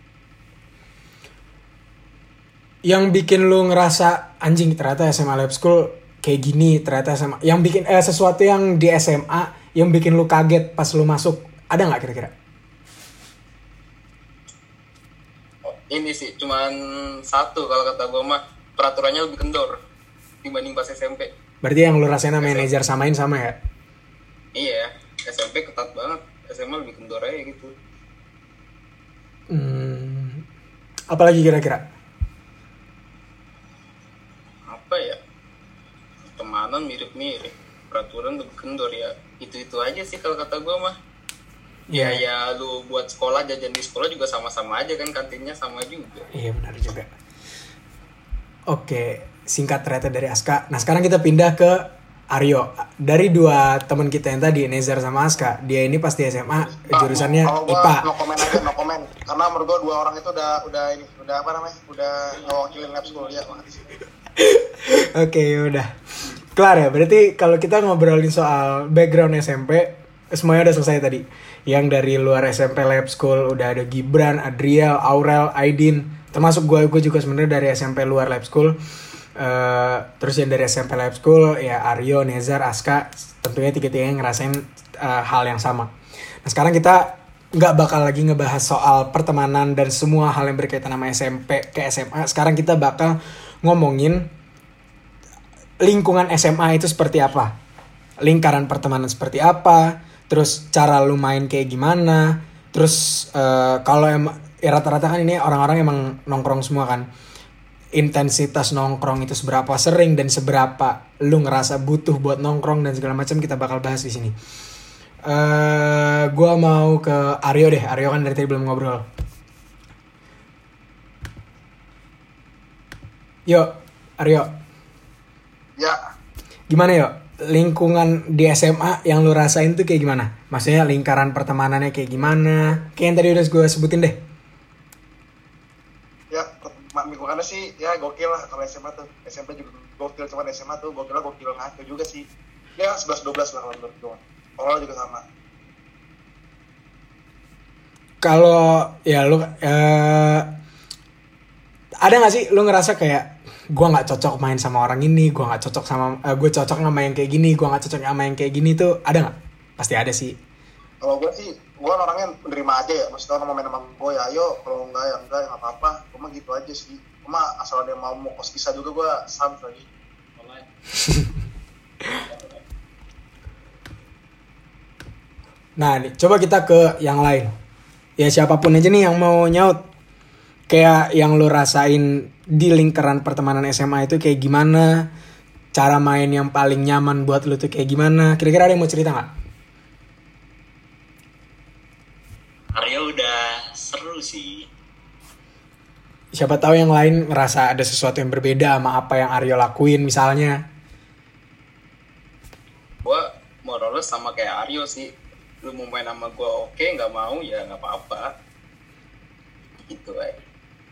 Speaker 1: Yang bikin lu ngerasa anjing ternyata SMA Lab School kayak gini, ternyata SMA yang bikin sesuatu yang di SMA yang bikin lu kaget pas lu masuk, ada nggak kira-kira?
Speaker 3: Ini sih cuman satu kalau kata gue mah, peraturannya lebih kendor dibanding pas SMP.
Speaker 1: Berarti yang lu rasain sama manajer samain sama ya?
Speaker 3: Iya, SMP ketat banget, SMA lebih kendor aja gitu.
Speaker 1: Apalagi kira-kira?
Speaker 3: Apa ya? Pertemanan mirip-mirip, peraturan lebih kendor ya. Itu aja sih kalau kata gue mah. Ya lu buat sekolah, jajan di sekolah juga sama-sama aja kan, kantinnya sama juga.
Speaker 1: Iya benar juga. Oke, singkat ternyata dari Aska. Nah sekarang kita pindah ke Aryo. Dari dua teman kita yang tadi, Nezar sama Aska, dia ini pasti SMA, jurusannya IPA.
Speaker 6: No komen. Karena menurut gue dua orang itu udah apa namanya, udah ngewakilin lab school ya.
Speaker 1: Oke, udah. Kelar ya, berarti kalau kita ngobrolin soal background SMP, semuanya udah selesai tadi. Yang dari luar SMP Lab School udah ada Gibran, Adriel, Aurel, Aidin, termasuk gue juga sebenarnya dari SMP luar Lab School. Terus yang dari SMP Lab School ya Aryo, Nezar, Aska, tentunya tiga-tiganya ngerasain hal yang sama. Nah sekarang kita nggak bakal lagi ngebahas soal pertemanan dan semua hal yang berkaitan sama SMP ke SMA. Sekarang kita bakal ngomongin lingkungan SMA itu seperti apa, lingkaran pertemanan seperti apa, terus cara lu main kayak gimana, terus kalau emang ya rata-rata kan ini orang-orang emang nongkrong semua kan, intensitas nongkrong itu seberapa sering dan seberapa lu ngerasa butuh buat nongkrong dan segala macam kita bakal bahas di sini. Gua mau ke Aryo deh. Aryo kan dari tadi belum ngobrol. Yuk, Aryo.
Speaker 6: Ya.
Speaker 1: Gimana yuk? Lingkungan di SMA yang lu rasain tuh kayak gimana? Maksudnya lingkaran pertemanannya kayak gimana? Kayak yang tadi udah gue sebutin deh.
Speaker 6: Ya, lingkungannya sih ya gokil lah kalau SMA tuh. SMP juga gokil, cuman SMA tuh gokil ngaco juga sih. Ya 11-12 lah kalau menurut gue. Kalau juga sama.
Speaker 1: Kalau ya lu ada gak sih lu ngerasa kayak gue nggak cocok main sama orang ini, gue nggak cocok sama gue cocok sama yang kayak gini, gue nggak cocok sama yang kayak gini tuh ada nggak? Pasti ada sih.
Speaker 6: Kalau gue sih, gue orangnya menerima aja ya, maksudnya orang mau main sama gue ya ayo, kalau enggak ya apa-apa, gue mah gitu aja sih. Gue mah asal ada yang mau kos kisah juga gue sans lagi.
Speaker 1: Nah nih, coba kita ke yang lain. ya siapapun aja nih yang mau nyaut, kayak yang lu rasain di lingkaran pertemanan SMA itu kayak gimana, cara main yang paling nyaman buat lu tuh kayak gimana, kira-kira ada yang mau cerita nggak?
Speaker 3: Aryo udah seru sih.
Speaker 1: Siapa tahu yang lain ngerasa ada sesuatu yang berbeda sama apa yang Aryo lakuin misalnya.
Speaker 3: Gue more or less sama kayak Aryo sih. Lu mau main sama gue oke, nggak mau ya nggak apa-apa. Gitu aja.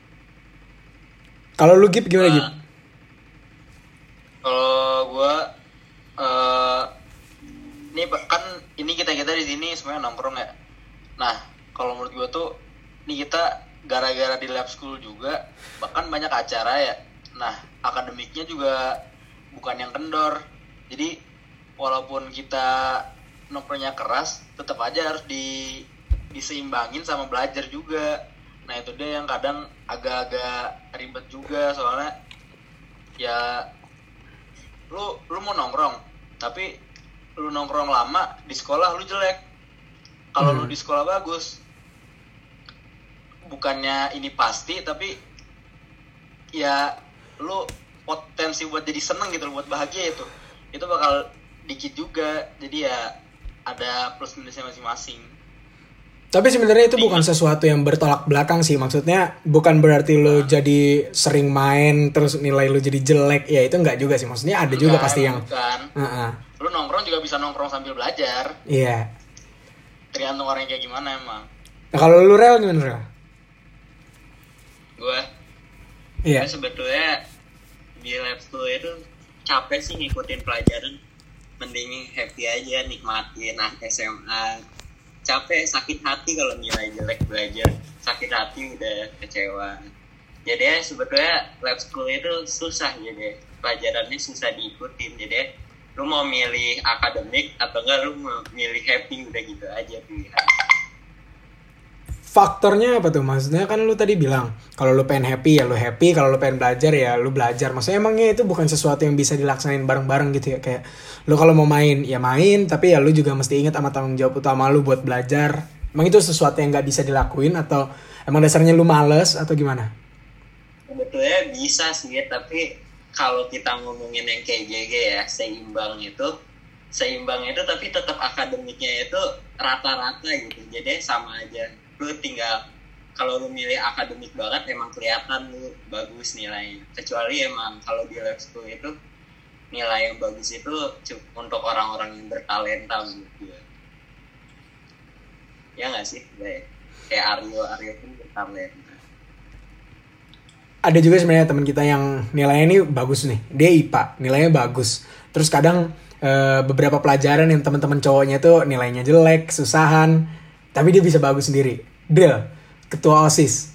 Speaker 1: Kalau lu Gip gimana Gip?
Speaker 3: Kalau gue, ini kan ini kita di sini semuanya nongkrong ya. Nah, kalau menurut gue tuh, ini kita gara-gara di lab school juga, bahkan banyak acara ya. Nah, akademiknya juga bukan yang kendor. Jadi, walaupun kita nongkrongnya keras, tetap aja harus diseimbangin sama belajar juga. Nah, itu dia yang kadang agak-agak ribet juga, soalnya ya lu mau nongkrong, tapi lu nongkrong lama di sekolah lu jelek. Kalau lu di sekolah bagus, bukannya ini pasti, tapi ya lu potensi buat jadi seneng gitu, buat bahagia itu bakal dikit juga. Jadi ya ada plus minusnya masing-masing.
Speaker 1: Tapi sebenarnya itu bukan sesuatu yang bertolak belakang sih. Maksudnya bukan berarti lu jadi sering main terus nilai lu jadi jelek. Ya itu enggak juga sih. Maksudnya ada juga pasti yang
Speaker 3: Lu nongkrong juga bisa nongkrong sambil belajar.
Speaker 1: Iya.
Speaker 3: Tergantung orangnya kayak gimana emang.
Speaker 1: Nah kalau lu Rel gimana Rel?
Speaker 3: Gue sebetulnya di lab school itu capek sih ngikutin pelajaran. Mending happy aja, nikmatin SMA. Capek, sakit hati kalau nilai jelek belajar. Sakit hati udah kecewa. Jadi sebetulnya lab school itu susah, jadi pelajarannya susah diikutin. Jadi lu mau milih akademik atau enggak lu mau milih happy, udah gitu aja pilihan.
Speaker 1: Faktornya apa tuh? Maksudnya kan lu tadi bilang kalau lu pengen happy ya lu happy, kalau lu pengen belajar ya lu belajar. Maksudnya emangnya itu bukan sesuatu yang bisa dilaksanain bareng-bareng gitu ya? Kayak lu kalau mau main ya main, tapi ya lu juga mesti ingat sama tanggung jawab utama lu buat belajar. Emang itu sesuatu yang nggak bisa dilakuin atau emang dasarnya lu males atau gimana?
Speaker 3: Sebetulnya bisa sih, tapi kalau kita ngomongin yang kayak GG ya, seimbang itu tapi tetap akademiknya itu rata-rata gitu. Jadi sama aja. Lu tinggal, kalau lu milih akademik banget emang kelihatan lu bagus nilainya. Kecuali emang kalau di lab school itu nilai yang bagus itu untuk orang-orang yang bertalenta menurut gue. Ya nggak sih? Kayak Aryo pun bertalenta.
Speaker 1: Ada juga sebenarnya teman kita yang nilainya ini bagus nih. Dia IPA, nilainya bagus. Terus kadang beberapa pelajaran yang teman-teman cowoknya tuh nilainya jelek, susahan, tapi dia bisa bagus sendiri. Drill, ketua OSIS.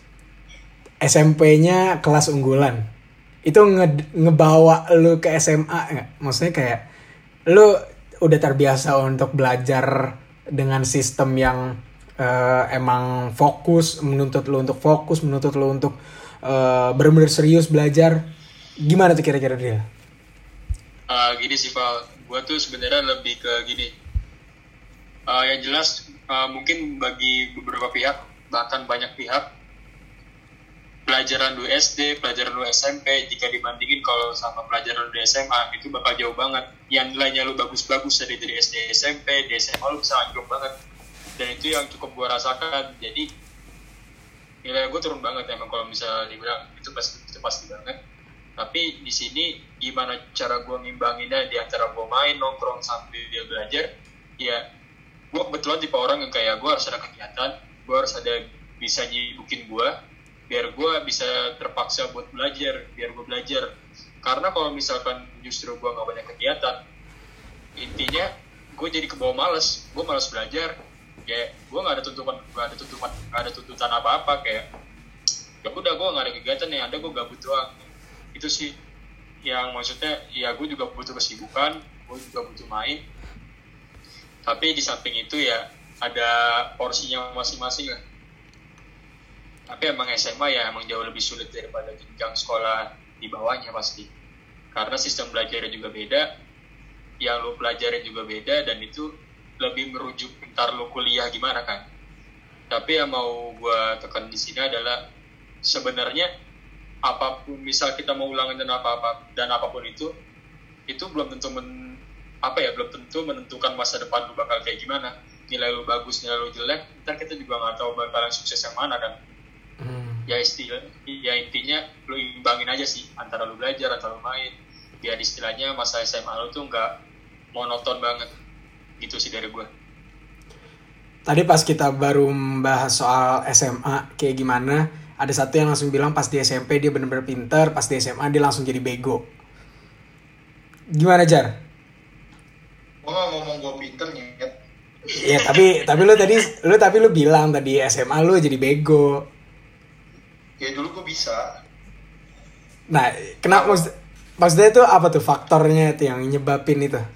Speaker 1: SMP-nya kelas unggulan. Itu ngebawa lu ke SMA nggak? Maksudnya kayak lu udah terbiasa untuk belajar dengan sistem yang emang fokus, menuntut lu untuk benar-benar serius belajar. Gimana tuh kira-kira dia?
Speaker 2: Gini sih Val, gue tuh sebenarnya lebih ke gini. Yang jelas mungkin bagi beberapa pihak, bahkan banyak pihak, pelajaran lu SD, pelajaran lu SMP, jika dibandingin kalau sama pelajaran lu SMA, itu bakal jauh banget. Yang nilainya lu bagus-bagus dari SD, SMP, di SMA lu bisa anjlok banget. Dan itu yang cukup gue rasakan. Jadi nilai gue turun banget emang kalau misalnya dibilang itu pasti banget. Tapi di sini gimana cara gue ngimbanginnya di antara gue main, nongkrong sambil dia belajar. Ya gue kebetulan tipe orang yang kayak gue harus ada kegiatan, gue harus ada bisa nyibukin gue, biar gue bisa terpaksa buat belajar, biar gue belajar. Karena kalau misalkan justru gue nggak banyak kegiatan, intinya gue jadi kebawa males, gue malas belajar. Ya gue nggak ada tuntutan apa-apa, kayak ya udah gue nggak ada kegiatan, yang ada gue gabut doang. Itu sih yang maksudnya, ya gue juga butuh kesibukan, gue juga butuh main. Tapi di samping itu ya ada porsinya masing-masing lah. Tapi emang SMA ya emang jauh lebih sulit daripada jenjang sekolah di bawahnya pasti. Karena sistem belajarnya juga beda, yang lo pelajarin juga beda, dan itu lebih merujuk ntar lo kuliah gimana kan. Tapi yang mau gue tekan di sini adalah sebenarnya apapun, misal kita mau ulangin dan apapun itu belum tentu belum tentu menentukan masa depan lu bakal kayak gimana. Nilai lu bagus, nilai lu jelek, ntar kita juga nggak tahu bakalan sukses yang mana kan. Ya intinya lu imbangin aja sih antara lu belajar atau lu main, biar istilahnya masa SMA lu tuh nggak monoton banget. Gitu sih dari gue.
Speaker 1: Tadi pas kita baru membahas soal SMA kayak gimana, ada satu yang langsung bilang pas di SMP dia bener-bener pinter, pas di SMA dia langsung jadi bego. Gimana, Jar?
Speaker 5: Gue gak ngomong gue pinter nyet.
Speaker 1: Iya, tapi lu bilang tadi SMA lu jadi bego.
Speaker 5: Ya dulu gue bisa.
Speaker 1: Nah, kenapa maksudnya itu apa tuh faktornya itu yang nyebabin itu?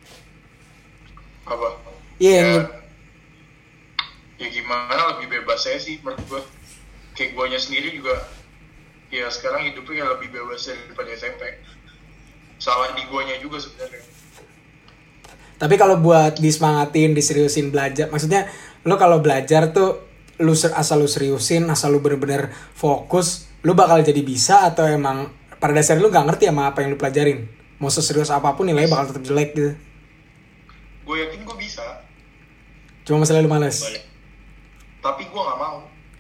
Speaker 5: Apa?
Speaker 1: Iya,
Speaker 5: ya gimana, lebih bebas saya sih menurut gue. Kayak guanya sendiri juga ya sekarang hidupnya kayak lebih bebas daripada SMP. Salah di guanya juga sebenarnya.
Speaker 1: Tapi kalau buat disemangatin, diseriusin belajar, maksudnya lu kalau belajar tuh asal lu seriusin, asal lu bener-bener fokus, lu bakal jadi bisa atau emang pada dasarnya lu gak ngerti sama apa yang lu pelajarin? Mau seserius apapun nilainya bakal tetap jelek gitu.
Speaker 5: Gue yakin gue bisa.
Speaker 1: Cuma masalah lu males.
Speaker 2: Boleh.
Speaker 5: Tapi gue gak mau.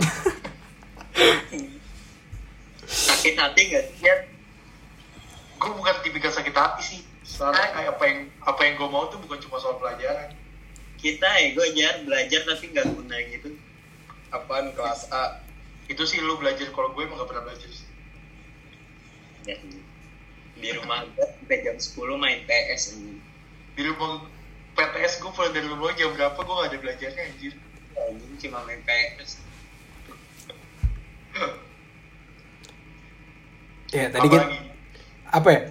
Speaker 3: Sakit hati gak sih?
Speaker 5: Gue bukan tipikal sakit hati sih. Soalnya kayak apa yang gue mau tuh bukan cuma soal pelajaran.
Speaker 3: Kita gue belajar tapi gak guna gitu.
Speaker 4: Apaan kelas A?
Speaker 5: Itu sih lu belajar, kalau gue emang gak pernah belajar sih.
Speaker 3: Ya, di rumah gue sampai jam 10 main PS ini.
Speaker 5: Di rumah PTS gue pulang dari rumah jam berapa gue gak ada belajarnya anjir.
Speaker 3: Ini cuma main PS.
Speaker 1: Ya tadi kan apa ya?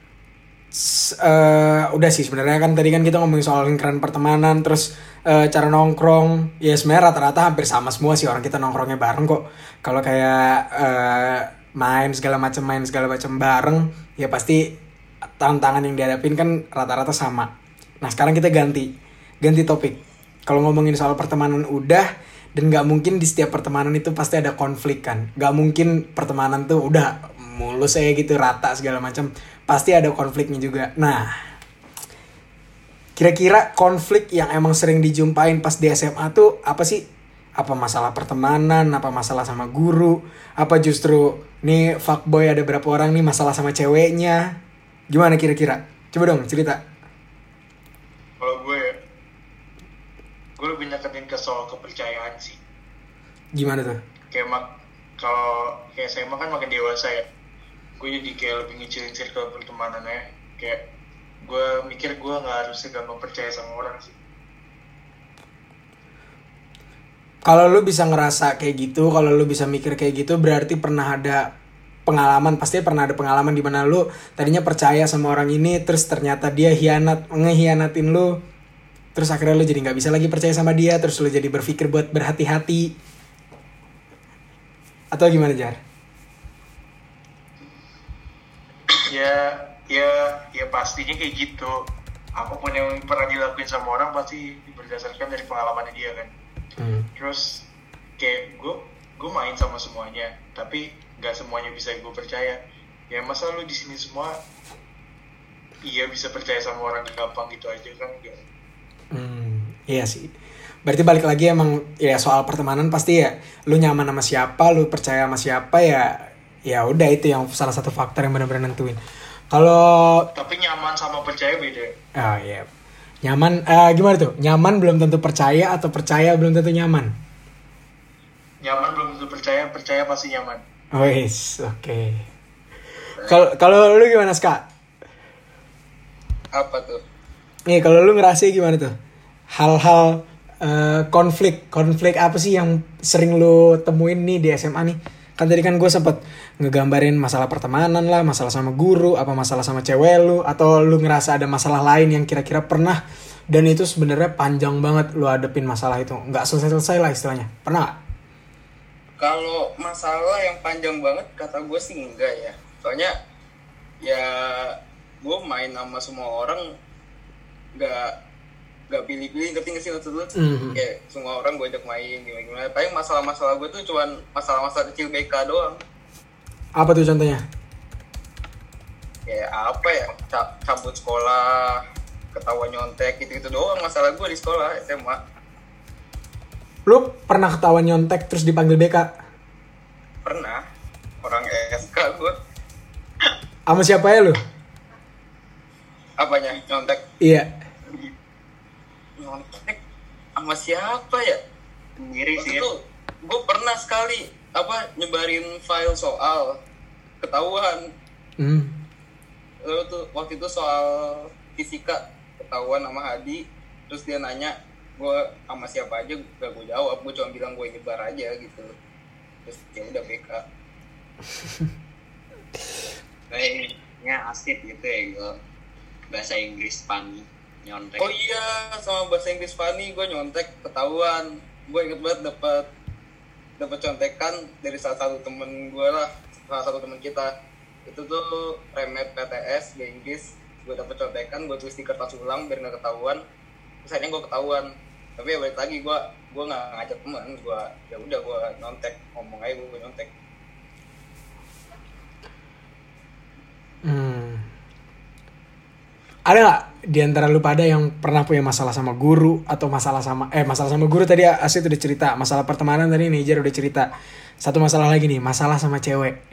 Speaker 1: Udah sih sebenarnya kan tadi kan kita ngomongin soal lingkaran pertemanan, terus cara nongkrong. Ya sebenarnya rata-rata hampir sama semua sih orang kita nongkrongnya bareng kok. Kalau kayak main segala macam bareng, ya pasti tantangan yang dihadapin kan rata-rata sama. Nah sekarang kita ganti topik. Kalau ngomongin soal pertemanan udah, dan nggak mungkin di setiap pertemanan itu pasti ada konflik kan. Nggak mungkin pertemanan tuh udah mulus aja gitu rata segala macam. Pasti ada konfliknya juga. Nah, kira-kira konflik yang emang sering dijumpain pas di SMA tuh apa sih? Apa masalah pertemanan? Apa masalah sama guru? Apa justru nih fuckboy ada berapa orang nih masalah sama ceweknya? Gimana kira-kira? Coba dong cerita.
Speaker 5: Kalau gue lebih neketin ke soal kepercayaan sih.
Speaker 1: Gimana tuh?
Speaker 5: Kalau kayak SMA kan makin dewasa ya, gue jadi kayak lebih ngecilin circle pertemanannya. Kayak gue mikir gue nggak harus gampang percaya sama orang sih.
Speaker 1: Kalau lu bisa ngerasa kayak gitu, kalau lu bisa mikir kayak gitu, berarti pernah ada pengalaman, pasti pernah ada pengalaman di mana lu tadinya percaya sama orang ini, terus ternyata dia ngehianatin lu, terus akhirnya lu jadi nggak bisa lagi percaya sama dia, terus lu jadi berpikir buat berhati-hati, atau gimana Jar?
Speaker 5: Ya pastinya kayak gitu. Apapun yang pernah dilakuin sama orang pasti berdasarkan dari pengalamannya dia kan. Terus kayak gue main sama semuanya, tapi nggak semuanya bisa gue percaya. Ya masa lu di sini semua iya bisa percaya sama orang gampang gitu aja kan? Enggak.
Speaker 1: Iya sih. Berarti balik lagi emang ya soal pertemanan pasti ya lu nyaman sama siapa, lu percaya sama siapa, ya udah itu yang salah satu faktor yang benar-benar nentuin. Kalau
Speaker 5: tapi nyaman sama percaya beda.
Speaker 1: Oh iya. Nyaman gimana tuh? Nyaman belum tentu percaya atau percaya belum tentu nyaman?
Speaker 5: Nyaman belum tentu percaya, percaya pasti nyaman.
Speaker 1: Oh yes, oke. Kalau lu gimana, Ska?
Speaker 4: Apa tuh?
Speaker 1: Nih, kalau lu ngerasa gimana tuh? Hal-hal konflik apa sih yang sering lu temuin nih di SMA nih? Kan tadi kan gue sempet ngegambarin masalah pertemanan lah, masalah sama guru, apa masalah sama cewek lu, atau lu ngerasa ada masalah lain yang kira-kira pernah dan itu sebenarnya panjang banget lu hadepin masalah itu, nggak selesai-selesai lah istilahnya. Pernah nggak?
Speaker 4: Kalau masalah yang panjang banget kata gue sih enggak ya. Soalnya ya gue main sama semua orang, nggak
Speaker 3: nggak pilih-pilih, ngerti nggak sih maksud lu? Kayak semua orang gue ajak main gimana. Paling masalah-masalah gue tuh cuman masalah-masalah kecil BK doang.
Speaker 1: Apa tuh contohnya?
Speaker 3: Kayak apa ya, cabut sekolah, ketahuan nyontek, gitu-gitu doang masalah gue di sekolah SMA.
Speaker 1: Lu pernah ketahuan nyontek terus dipanggil BK?
Speaker 3: Pernah, orang SK gue.
Speaker 1: Sama siapa ya lu?
Speaker 3: Apanya, nyontek?
Speaker 1: Iya.
Speaker 3: Nyontek sama siapa ya?
Speaker 2: Sendiri sih.
Speaker 3: Waktu itu gue pernah sekali nyebarin file soal, ketahuan. Lalu tuh waktu itu soal fisika ketahuan sama Hadi, terus dia nanya gue sama siapa aja, gak gue jawab, gue cuma bilang gue nyebar aja gitu, terus ya udah BK.
Speaker 2: Kayaknya asik gitu ya gue, bahasa Inggris Pani nyontek.
Speaker 3: Oh iya, sama bahasa Inggris Fanny gue nyontek ketahuan. Gue inget banget dapat contekan dari salah satu temen kita. Itu tuh remet PTS di Inggris. Gue dapet contekan, gue tulis di kertas ulang biar nggak ketahuan. Terus akhirnya gue ketahuan. Tapi ya balik lagi gue nggak ngajak teman, gue ya udah gue nyontek, ngomong aja gue nyontek.
Speaker 1: Ada nggak di antara lu pada yang pernah punya masalah sama guru atau masalah sama guru tadi Asyid udah cerita, masalah pertemanan tadi Nijar udah cerita. Satu masalah lagi nih, masalah sama cewek.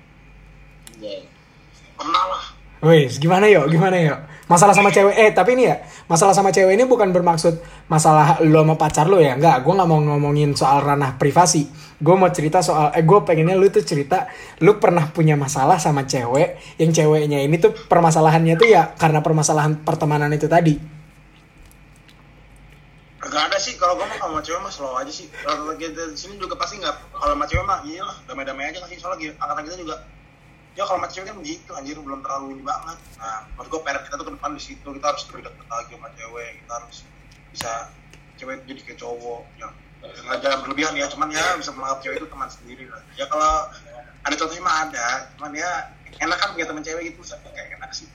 Speaker 6: Pernah lah.
Speaker 1: Wih, gimana yuk? Masalah sama cewek, tapi ini ya, masalah sama cewek ini bukan bermaksud masalah lu sama pacar lu ya. Enggak, gue gak mau ngomongin soal ranah privasi. Gue mau cerita soal, gue pengennya lu tuh cerita, lu pernah punya masalah sama cewek, yang ceweknya ini tuh permasalahannya tuh ya karena permasalahan pertemanan itu tadi.
Speaker 6: Gak ada sih, kalau gue mah sama cewek mah slow aja sih. Kalau lagi di sini juga pasti nggak, kalau sama cewek mah iyalah damai-damai aja kan sih. Soalnya angkatan kita juga, ya kalau sama cewek kan begitu anjir, belum terlalu ini banget. Nah, menurut gue PR kita tuh ke depan di situ, kita harus lebih dekat lagi sama cewek, kita harus bisa cewek jadi kayak cowok, ya nggak jangan berlebihan ya, cuman ya bisa menganggap cewek itu teman sendiri lah. Ya kalau ada contohnya mah ada, cuman ya enak kan punya teman cewek gitu, kayak enak sih.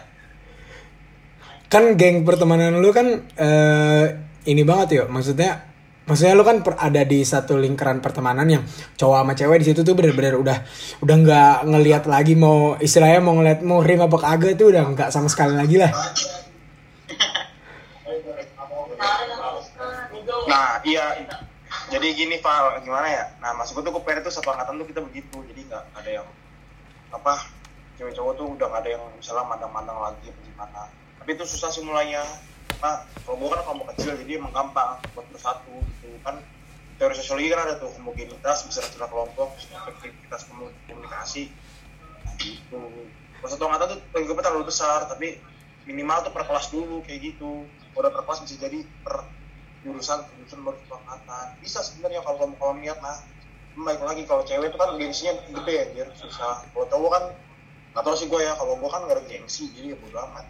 Speaker 1: Kan geng pertemanan lu kan ini banget ya, maksudnya lu kan ada di satu lingkaran pertemanan yang cowok sama cewek di situ tuh bener-bener udah nggak ngelihat lagi mau istilahnya mau ngeliat mau rim apa kagak tuh udah nggak sama sekali lagi lah.
Speaker 6: Nah iya, jadi gini Val, gimana ya? Nah maksud gue tuh PR itu satu angkatan tuh kita begitu, jadi nggak ada yang cewek cowok tuh udah nggak ada yang misalnya mandang-mandang lagi apa gimana. Tapi itu susah sih mulainya. Nah, kalau gue kan kelompok kecil jadi emang gampang buat bersatu gitu kan. Teori sosiologi kan ada tuh homogenitas, besar-besar kelompok, efektivitas komunikasi. Nah, gitu. Pas satu angkatan tuh lingkupnya terlalu besar, tapi minimal tuh per kelas dulu kayak gitu. Kalau udah per kelas bisa jadi per jurusan baru satu angkatan. Bisa sebenarnya kalau niat nah. Baik lagi kalau cewek itu kan gengsinya gede anjir, susah. Kalau cowok kan nggak tahu sih gue ya, kalau gue kan nggak ada gengsi jadi ya bodo amat.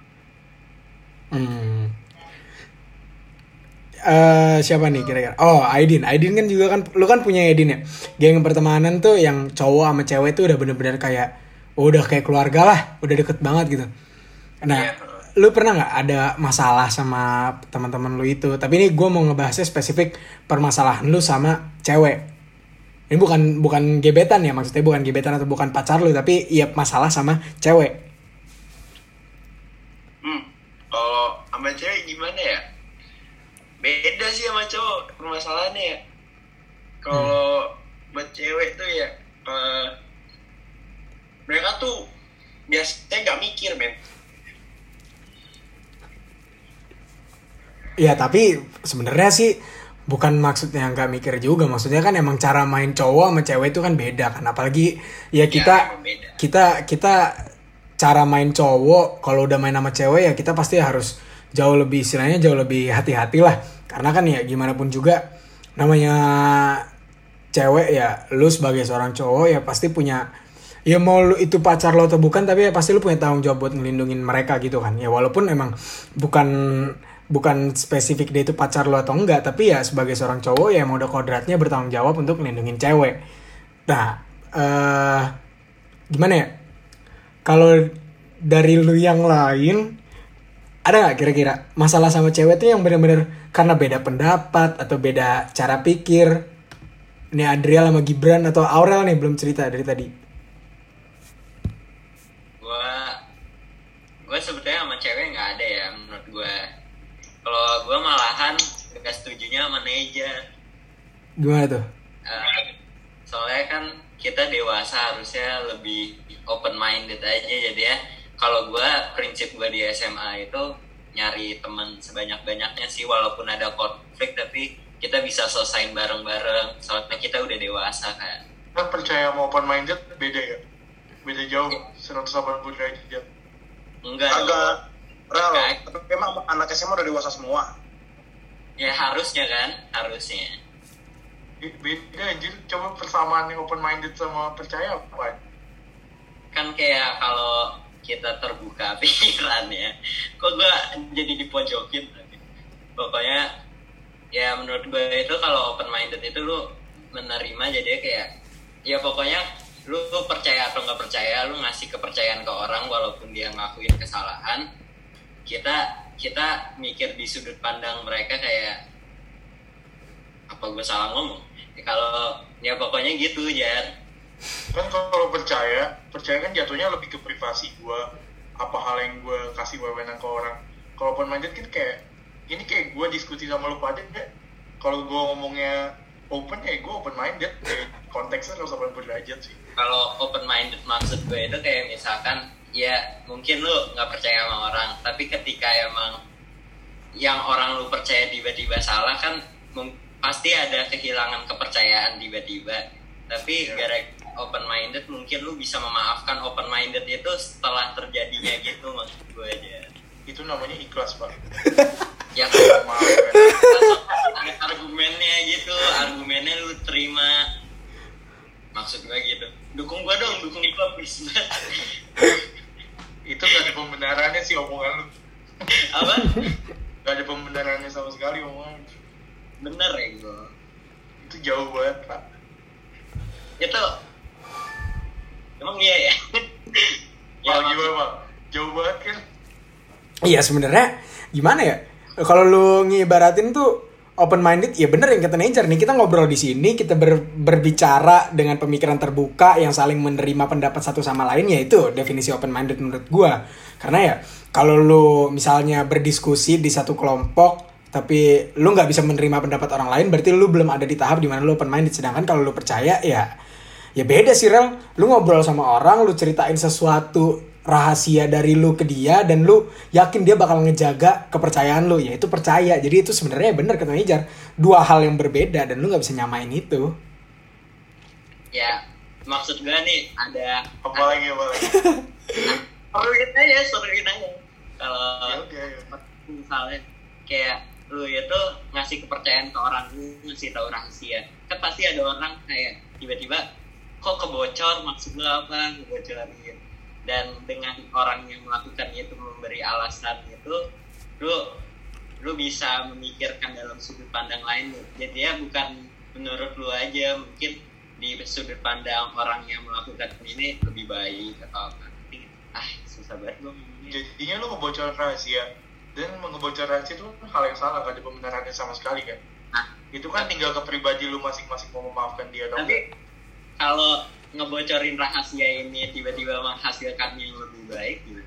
Speaker 1: Siapa nih kira-kira? Oh, Aidin kan juga kan, lu kan punya Aidin ya. Geng pertemanan tuh yang cowok sama cewek tuh udah bener-bener kayak udah kayak keluarga lah, udah deket banget gitu. Nah, lu pernah nggak ada masalah sama teman-teman lu itu? Tapi ini gue mau ngebahasnya spesifik permasalahan lu sama cewek. Ini bukan gebetan ya, maksudnya bukan gebetan atau bukan pacar lu, tapi ya masalah sama cewek.
Speaker 4: Kalau sama cewek gimana ya? Beda sih sama cowok permasalahannya ya. Kalau buat cewek tuh ya mereka tuh biasanya gak mikir men.
Speaker 1: Ya tapi sebenarnya sih bukan maksudnya nggak mikir juga, maksudnya kan emang cara main cowok sama cewek itu kan beda kan, apalagi ya kita cara main cowok kalau udah main sama cewek ya kita pasti harus jauh lebih hati-hati lah, karena kan ya gimana pun juga namanya cewek ya, lu sebagai seorang cowok ya pasti punya, ya mau lu itu pacar lo atau bukan, tapi ya pasti lu punya tanggung jawab buat ngelindungin mereka gitu kan ya, walaupun emang bukan spesifik dia itu pacar lo atau enggak, tapi ya sebagai seorang cowok ya emang udah kodratnya bertanggung jawab untuk ngelindungin cewek. Nah gimana ya, kalau dari lu yang lain ada nggak kira-kira masalah sama cewek tuh yang benar-benar karena beda pendapat atau beda cara pikir? Ini Adriel sama Gibran atau Aurel nih belum cerita dari tadi.
Speaker 3: Gue sebetulnya sama cewek nggak ada ya menurut gue. Kalau gue malahan gak setujunya sama Neja.
Speaker 1: Gimana tuh?
Speaker 3: Soalnya kan kita dewasa harusnya lebih open minded aja, jadi ya kalau gue prinsip gue di SMA itu nyari teman sebanyak-banyaknya sih, walaupun ada konflik tapi kita bisa selesain bareng-bareng soalnya kita udah dewasa kan.
Speaker 5: Kan percaya sama open minded beda ya? Beda jauh 180 derajat.
Speaker 3: Enggak
Speaker 6: agak real, tapi emang anak SMA udah dewasa semua.
Speaker 3: Ya harusnya kan, harusnya.
Speaker 5: Beda anjir, coba persamaan yang open minded sama percaya apa?
Speaker 3: Kan kayak kalau kita terbuka pikirannya, kok gue jadi dipojokin. Pokoknya ya menurut gue itu kalau open minded itu lu menerima, jadi kayak ya pokoknya lu percaya atau nggak percaya, lu ngasih kepercayaan ke orang walaupun dia ngakuin kesalahan. Kita mikir di sudut pandang mereka kayak apa gue salah ngomong ya, kalau ya pokoknya gitu Jar.
Speaker 5: Kan kalau percaya kan jatuhnya lebih ke privasi gue, apa hal yang gue kasih wewenang ke orang. Kalau open minded kan kayak ini, kayak gue diskusi sama lu pada deh. Kalau gue ngomongnya open ya gue open minded, kayak konteksnya 180 derajat sih.
Speaker 3: Kalau open minded maksud gue itu kayak misalkan ya mungkin lu nggak percaya sama orang, tapi ketika emang yang orang lu percaya tiba-tiba salah kan pasti ada kehilangan kepercayaan tiba-tiba. Tapi gara open minded mungkin lu bisa memaafkan open minded itu setelah terjadinya gitu, maksud gue aja.
Speaker 5: Itu namanya ikhlas, Pak.
Speaker 3: Ya
Speaker 5: Maaf, kan.
Speaker 3: argumennya gitu, argumennya lu terima, maksud gue gitu. Dukung gue dong, dukung gue please.
Speaker 5: Itu gak ada pembenarannya sih omongan lu.
Speaker 3: Apa?
Speaker 5: Gak ada pembenarannya sama sekali omongan lu.
Speaker 3: Bener ya gue.
Speaker 5: Itu jauh banget, Pak.
Speaker 3: Itu emang iya ya.
Speaker 5: Ya gimana, Pak? Jauh banget kan?
Speaker 1: Iya sebenarnya gimana ya? Kalau lu ngibaratin tuh open minded, ya bener yang kata Nejar nih, kita ngobrol di sini, kita berbicara dengan pemikiran terbuka yang saling menerima pendapat satu sama lain, ya itu definisi open minded menurut gua. Karena ya kalau lu misalnya berdiskusi di satu kelompok tapi lu nggak bisa menerima pendapat orang lain, berarti lu belum ada di tahap dimana lu open minded. Sedangkan kalau lu percaya ya beda sih Rel. Lu ngobrol sama orang, lu ceritain sesuatu rahasia dari lu ke dia dan lu yakin dia bakal ngejaga kepercayaan lu, ya itu percaya. Jadi itu sebenarnya bener kata Nejar, dua hal yang berbeda dan lu nggak bisa nyamain itu.
Speaker 3: Ya maksud gue nih ada
Speaker 5: Apa lagi?
Speaker 3: seruin aja kalau
Speaker 5: Ya.
Speaker 3: misalnya kayak lu itu ngasih kepercayaan ke orang, lu ngasih tahu rahasia, kan pasti ada orang kayak tiba-tiba kok kebocor, maksud lu apa ngebocorin. Dan dengan orang yang melakukan itu memberi alasan itu, lu bisa memikirkan dalam sudut pandang lain. Jadi ya bukan menurut lu aja, mungkin di sudut pandang orang yang melakukan ini lebih baik atau apa. Susah banget gue ngomongnya.
Speaker 5: Jadinya lu ngebocorin rahasia, dan ngebocorin rahasia itu kan hal yang salah, gak ada pembenarannya sama sekali kan. Itu kan tinggal ke pribadi lu masing-masing mau memaafkan dia atau
Speaker 3: tapi kalau ngebocorin rahasia ini tiba-tiba menghasilkan yang lebih baik gitu.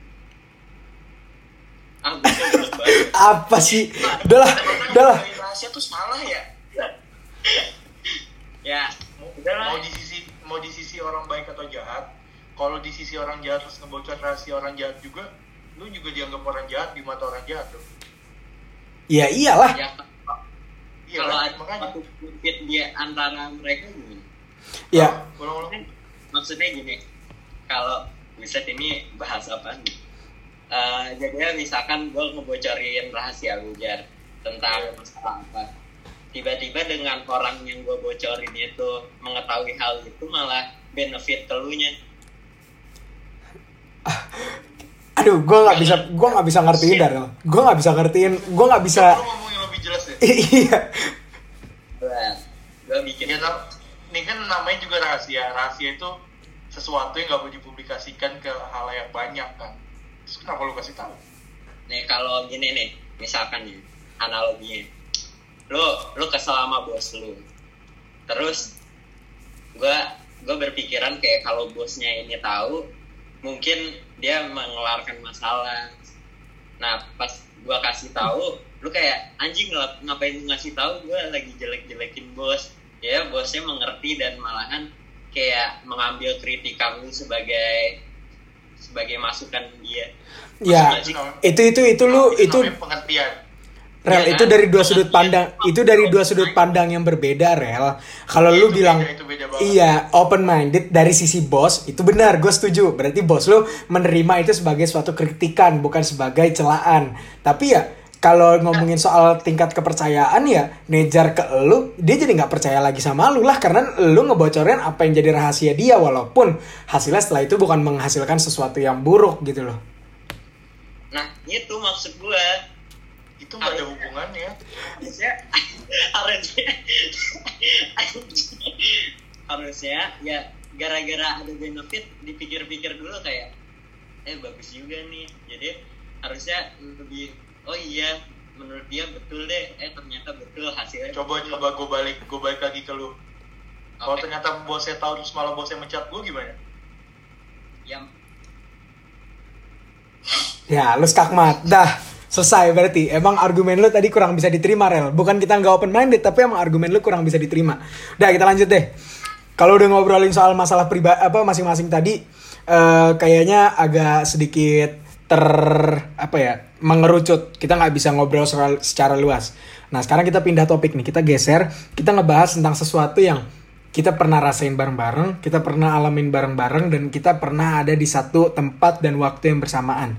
Speaker 1: Apa sih? Udahlah.
Speaker 6: Rahasia tuh salah ya.
Speaker 3: Ya,
Speaker 5: mau di sisi orang baik atau jahat. Kalau di sisi orang jahat terus ngebocor rahasia orang jahat juga, lu juga dianggap orang jahat di mata orang jahat tuh.
Speaker 1: Ya iyalah.
Speaker 3: Ya,
Speaker 5: Iya,
Speaker 3: kalau
Speaker 5: kan?
Speaker 3: ada
Speaker 5: Makanya
Speaker 3: satu konflik di antara mereka gimana?
Speaker 1: Ya.
Speaker 5: Ulang-ulang.
Speaker 3: Maksudnya gini, kalau bisa ini bahas apa nih? Jadi misalkan gue ngebocorin rahasia Jar tentang masalah apa, tiba-tiba dengan orang yang gue bocorin itu mengetahui hal itu malah benefit ke lu nya.
Speaker 1: Aduh, gue nggak bisa ngertiin Darel. Gue nggak bisa.
Speaker 5: Lu ngomong yang lebih jelas ya.
Speaker 1: Iya.
Speaker 3: Gue bikin
Speaker 5: Ini kan namanya juga rahasia. Rahasia itu sesuatu yang nggak boleh dipublikasikan ke halayak banyak kan. Terus kenapa lu kasih tahu?
Speaker 3: Nih kalau gini nih, misalkan nih analoginya, lu kesel sama bos lu, terus gue berpikiran kayak kalau bosnya ini tahu, mungkin dia mengeluarkan masalah. Nah pas gue kasih tahu, lu kayak anjing ngapain ngasih tahu gue lagi jelek-jelekin bos. Ya bosnya mengerti dan malahan kayak mengambil kritikan lu sebagai masukan dia.
Speaker 1: Ya, itu lu itu
Speaker 5: pengertian.
Speaker 1: Rel,
Speaker 3: Ya,
Speaker 1: itu dari dua sudut pandang, itu dari dua sudut pandang yang berbeda, Rel. Kalau lu bilang iya open minded dari sisi bos, itu benar, gue setuju. Berarti bos lu menerima itu sebagai suatu kritikan, bukan sebagai celaan. Tapi ya kalau ngomongin soal tingkat kepercayaan ya nejar ke lu, dia jadi nggak percaya lagi sama lu lah, karena lu ngebocorin apa yang jadi rahasia dia, walaupun hasilnya setelah itu bukan menghasilkan sesuatu yang buruk gitu loh.
Speaker 3: Nah itu maksud gue.
Speaker 5: Itu nggak ada hubungannya.
Speaker 3: harusnya ya gara-gara ada benefit dipikir-pikir dulu kayak bagus juga nih, jadi harusnya lebih oh iya menurut dia betul deh, ternyata betul hasilnya.
Speaker 5: Coba gue balik lagi ke lu. Kalau ternyata bosnya tahu terus malah bosnya mencat gue gimana?
Speaker 1: Ya lu skakmat dah. Selesai berarti. Emang argumen lu tadi kurang bisa diterima, Rel. Bukan kita nggak open minded, tapi emang argumen lu kurang bisa diterima. Udah, kita lanjut deh. Kalau udah ngobrolin soal masalah pribadi masing-masing tadi, kayaknya agak sedikit mengerucut. Kita nggak bisa ngobrol secara luas. Nah, sekarang kita pindah topik nih. Kita geser. Kita ngebahas tentang sesuatu yang kita pernah rasain bareng-bareng, kita pernah alamin bareng-bareng, dan kita pernah ada di satu tempat dan waktu yang bersamaan.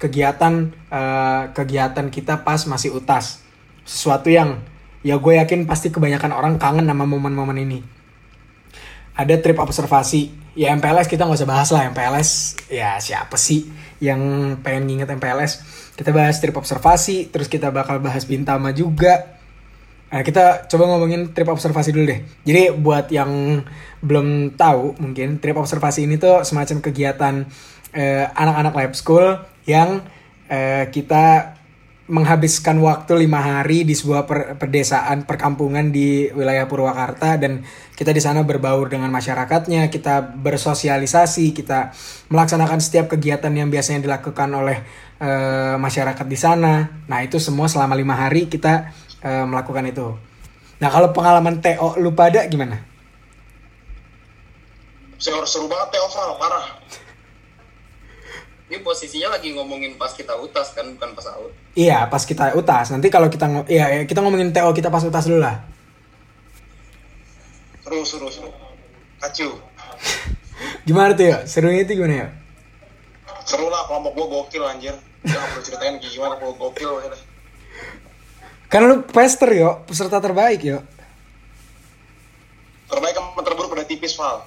Speaker 1: Kegiatan kita pas masih UTAS. Sesuatu yang ya gue yakin pasti kebanyakan orang kangen sama momen-momen ini. Ada trip observasi. Ya MPLS kita gak usah bahas lah. MPLS ya siapa sih yang pengen nginget MPLS. Kita bahas trip observasi, terus kita bakal bahas Bintama juga. Nah, kita coba ngomongin trip observasi dulu deh. Jadi buat yang belum tahu, mungkin trip observasi ini tuh semacam kegiatan anak-anak lab school yang kita menghabiskan waktu 5 hari di sebuah pedesaan perkampungan di wilayah Purwakarta, dan kita di sana berbaur dengan masyarakatnya, kita bersosialisasi, kita melaksanakan setiap kegiatan yang biasanya dilakukan oleh masyarakat di sana. Nah, itu semua selama 5 hari kita melakukan itu. Nah, kalau pengalaman TO lu pada gimana?
Speaker 6: Seru banget TO, Val, parah.
Speaker 3: Ini posisinya lagi ngomongin pas kita UTAS kan, bukan pas AUT.
Speaker 1: Iya, pas kita UTAS. Nanti kalau kita kita ngomongin TO kita pas UTAS dulu lah.
Speaker 6: Seru. Kacau.
Speaker 1: Gimana tuh ya? Serunya itu gimana ya?
Speaker 6: Seru lah, kelompok gue gokil anjir. Gak perlu ceritain gimana kalau gokil aja.
Speaker 1: Kan lu pester yo, peserta terbaik yo.
Speaker 6: Terbaik sama terburuk udah tipis, Val.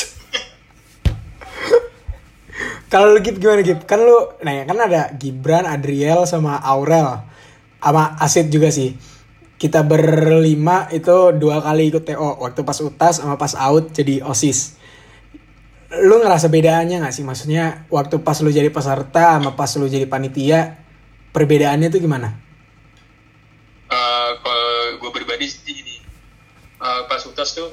Speaker 1: Kalau lu Gib gimana Gib? Kan lu, kan ada Gibran, Adriel sama Aurel, sama Asid juga sih. Kita berlima itu 2 kali ikut TO, waktu pas UTAS sama pas AUT jadi OSIS. Lu ngerasa bedaannya nggak sih? Maksudnya waktu pas lu jadi peserta sama pas lu jadi panitia, perbedaannya tuh gimana?
Speaker 2: Kalau gue pribadi sih gini, pas UTAS tuh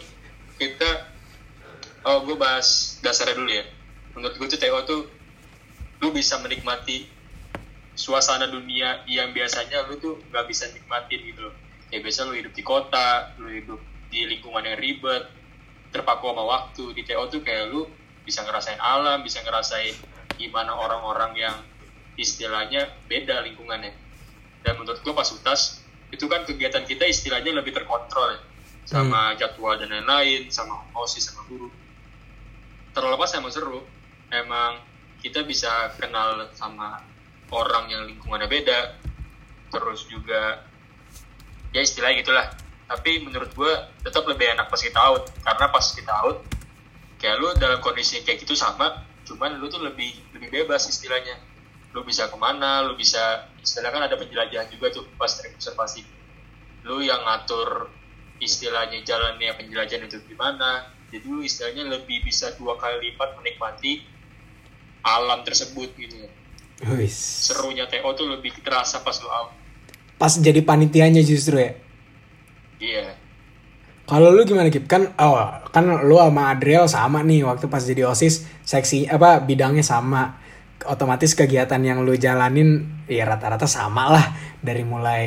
Speaker 2: gue bahas dasarnya dulu ya. Menurut gue tuh TO tuh lu bisa menikmati suasana dunia yang biasanya lu tuh gak bisa nikmatin gitu loh. Ya biasa lu hidup di kota, lu hidup di lingkungan yang ribet, terpaku sama waktu. Di TO tuh kayak lu bisa ngerasain alam, bisa ngerasain gimana orang-orang yang istilahnya beda lingkungannya. Dan menurut gue pas UTAS itu kan kegiatan kita istilahnya lebih terkontrol ya, sama jadwal dan lain-lain, sama OSIS, sama guru. Terlepas emang seru, emang kita bisa kenal sama orang yang lingkungannya beda, terus juga ya istilahnya gitulah. Tapi menurut gue tetap lebih enak pas kita out, karena pas kita out kayak lu dalam kondisi kayak gitu sama, cuman lu tuh lebih bebas istilahnya. Lu bisa kemana, lu bisa istilahnya kan ada penjelajahan juga tuh pas trip observasi. Lu yang ngatur istilahnya jalannya penjelajahan itu gimana. Jadi lu istilahnya lebih bisa 2 kali lipat menikmati alam tersebut gitu ya. Serunya TO tuh lebih terasa pas lu out.
Speaker 1: Pas jadi panitianya justru ya.
Speaker 2: Iya.
Speaker 1: Kalau lu gimana Kip? Kan lu sama Adriel sama nih waktu pas jadi OSIS, seksi bidangnya sama. Otomatis kegiatan yang lu jalanin ya rata-rata sama lah, dari mulai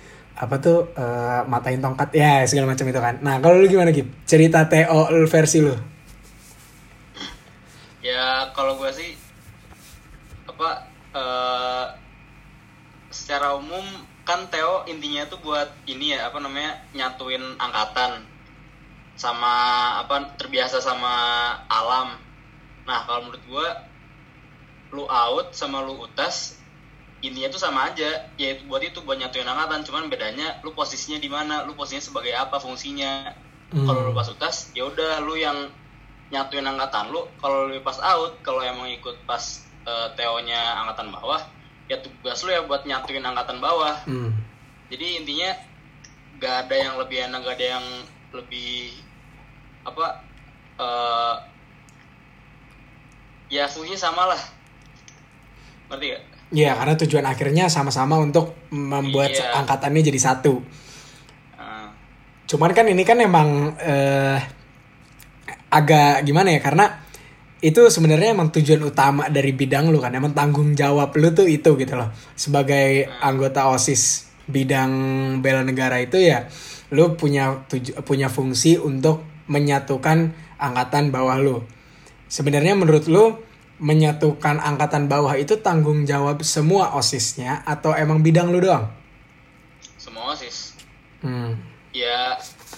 Speaker 1: matain tongkat ya segala macam itu kan. Nah, kalau lu gimana Kip? Cerita TO versi lu.
Speaker 3: Ya kalau gue sih secara umum kan TO intinya tuh buat ini ya nyatuin angkatan sama terbiasa sama alam. Nah kalau menurut gue lu out sama lu utas intinya tuh sama aja, yaitu buat nyatuin angkatan, cuman bedanya lu posisinya di mana, lu posisinya sebagai apa fungsinya. Kalau lu pas utas ya udah lu yang nyatuin angkatan lu. Kalau lu pas out, kalau emang ikut pas TO-nya angkatan bawah, ya tugas lu ya buat nyatuin angkatan bawah. Jadi intinya gak ada yang lebih enak, gak ada yang lebih ya fungsinya sama lah, ngerti gak?
Speaker 1: Iya, karena tujuan akhirnya sama-sama untuk membuat angkatannya jadi satu. Cuman kan ini kan emang agak gimana ya, karena itu sebenarnya emang tujuan utama dari bidang lu kan, emang tanggung jawab lu tuh itu gitu loh. Sebagai anggota OSIS bidang bela negara itu ya, lu punya fungsi untuk menyatukan angkatan bawah lu. Sebenarnya menurut lu menyatukan angkatan bawah itu tanggung jawab semua OSISnya atau emang bidang lu doang?
Speaker 3: Semua OSIS. Ya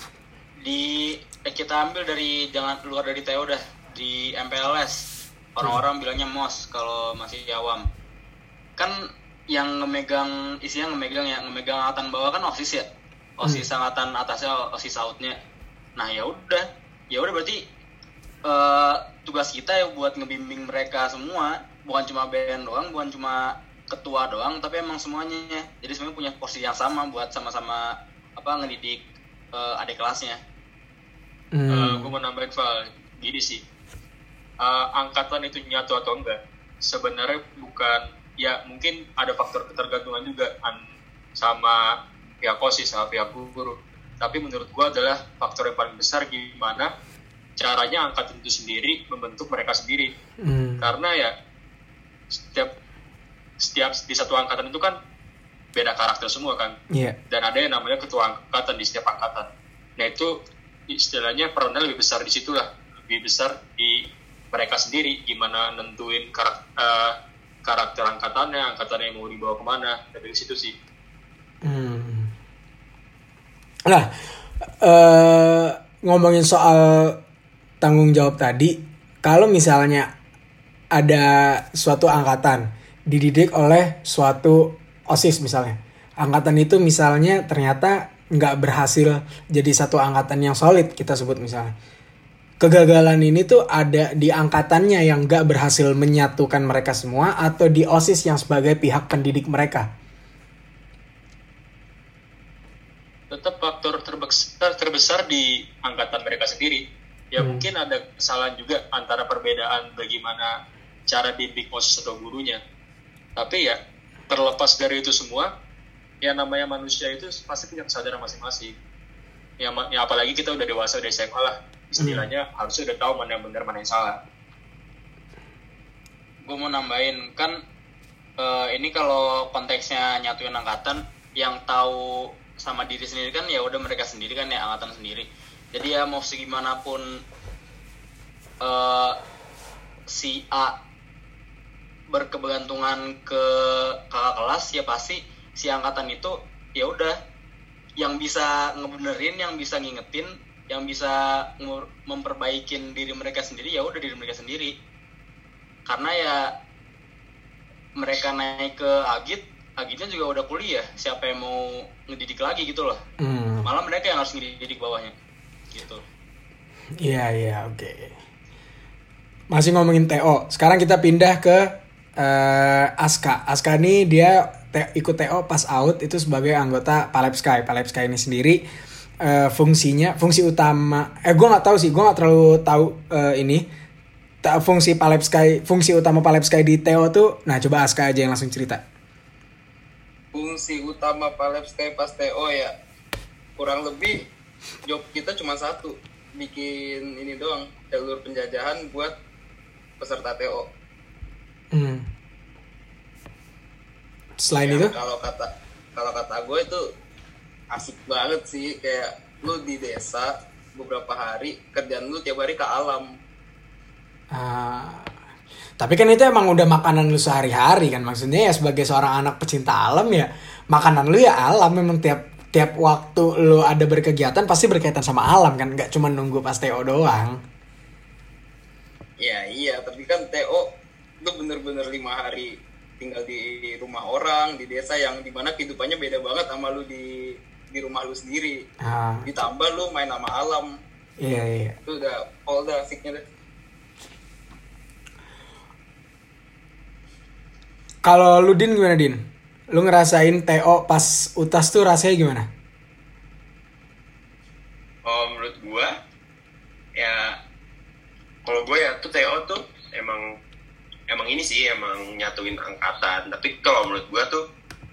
Speaker 3: kita ambil dari jangan keluar dari TO dah, di MPLS orang-orang bilangnya MOS kalau masih awam. Kan yang ngemegang angkatan bawah kan OSIS ya. OSIS angkatan atasnya OSIS outnya. Nah ya udah berarti tugas kita ya buat ngebimbing mereka semua, bukan cuma BN doang, bukan cuma ketua doang, tapi emang semuanya. Jadi semuanya punya porsi yang sama buat sama-sama ngedidik adik kelasnya.
Speaker 2: Gue mau nambahin gini sih, angkatan itu nyatu atau enggak sebenarnya bukan, ya mungkin ada faktor ketergantungan juga sama pihak OSIS sama pihak guru, tapi menurut gue adalah faktor yang paling besar gimana caranya angkatan itu sendiri membentuk mereka sendiri. Karena ya setiap di satu angkatan itu kan beda karakter semua kan. Dan ada yang namanya ketua angkatan di setiap angkatan. Nah itu istilahnya perannya lebih besar di situ lah, lebih besar di mereka sendiri, gimana nentuin karakter angkatannya yang mau dibawa kemana, dari situ sih.
Speaker 1: Nah, ngomongin soal tanggung jawab tadi, kalau misalnya ada suatu angkatan dididik oleh suatu OSIS misalnya, angkatan itu misalnya ternyata nggak berhasil jadi satu angkatan yang solid, kita sebut misalnya, kegagalan ini tuh ada di angkatannya yang nggak berhasil menyatukan mereka semua, atau di OSIS yang sebagai pihak pendidik mereka?
Speaker 2: Tetap faktor terbesar di angkatan mereka sendiri. Ya mungkin ada kesalahan juga antara perbedaan bagaimana cara didik OSIS atau gurunya. Tapi ya terlepas dari itu semua, ya namanya manusia itu pasti punya kesadaran masing-masing. Ya apalagi kita udah dewasa, udah SMA lah, istilahnya harusnya udah tahu mana yang benar, mana yang salah.
Speaker 3: Gue mau nambahin kan, ini kalau konteksnya nyatuin angkatan, yang tahu sama diri sendiri kan ya udah mereka sendiri kan ya, angkatan sendiri. Jadi ya mau segimanapun si A berkebergantungan ke kakak kelas, ya pasti si angkatan itu ya udah yang bisa ngebenerin, yang bisa ngingetin, yang bisa memperbaikin diri mereka sendiri, ya udah diri mereka sendiri. Karena ya mereka naik ke Agitnya juga udah kuliah, siapa yang mau ngedidik lagi gitu loh. Malah mereka yang harus ngedidik bawahnya gitu.
Speaker 1: Iya, oke. Masih ngomongin TO, sekarang kita pindah ke Aska. Aska ini dia ikut TO pas out itu sebagai anggota Palepsky. Palepsky ini sendiri fungsi utama, gue nggak tahu sih, gue nggak terlalu tahu ini fungsi utama Palepsky di Theo tuh, nah coba Aska aja yang langsung cerita.
Speaker 3: Fungsi utama Palepsky pas TO ya kurang lebih job kita cuma satu, bikin ini doang, jalur penjajahan buat peserta TO.
Speaker 1: Selain
Speaker 3: ya,
Speaker 1: itu?
Speaker 3: Kalau kata gue itu asik banget sih, kayak lu di desa beberapa hari, kerjaan lu tiap hari ke alam.
Speaker 1: Tapi kan itu emang udah makanan lu sehari-hari kan, maksudnya ya sebagai seorang anak pecinta alam ya makanan lu ya alam, memang tiap waktu lu ada berkegiatan pasti berkaitan sama alam kan, nggak cuma nunggu pas TO doang.
Speaker 3: Ya iya, tapi kan TO lu bener-bener 5 hari tinggal di rumah orang di desa yang dimana kehidupannya beda banget sama lu di rumah lu sendiri. Ditambah lu main sama alam.
Speaker 1: Iya.
Speaker 3: Itu udah asiknya deh.
Speaker 1: Kalau lu Din gimana Din? Lu ngerasain TO pas UTAS tuh rasanya gimana?
Speaker 4: Oh menurut gue ya, kalau gue ya tuh TO tuh emang ini sih emang nyatuin angkatan. Tapi kalau menurut gue tuh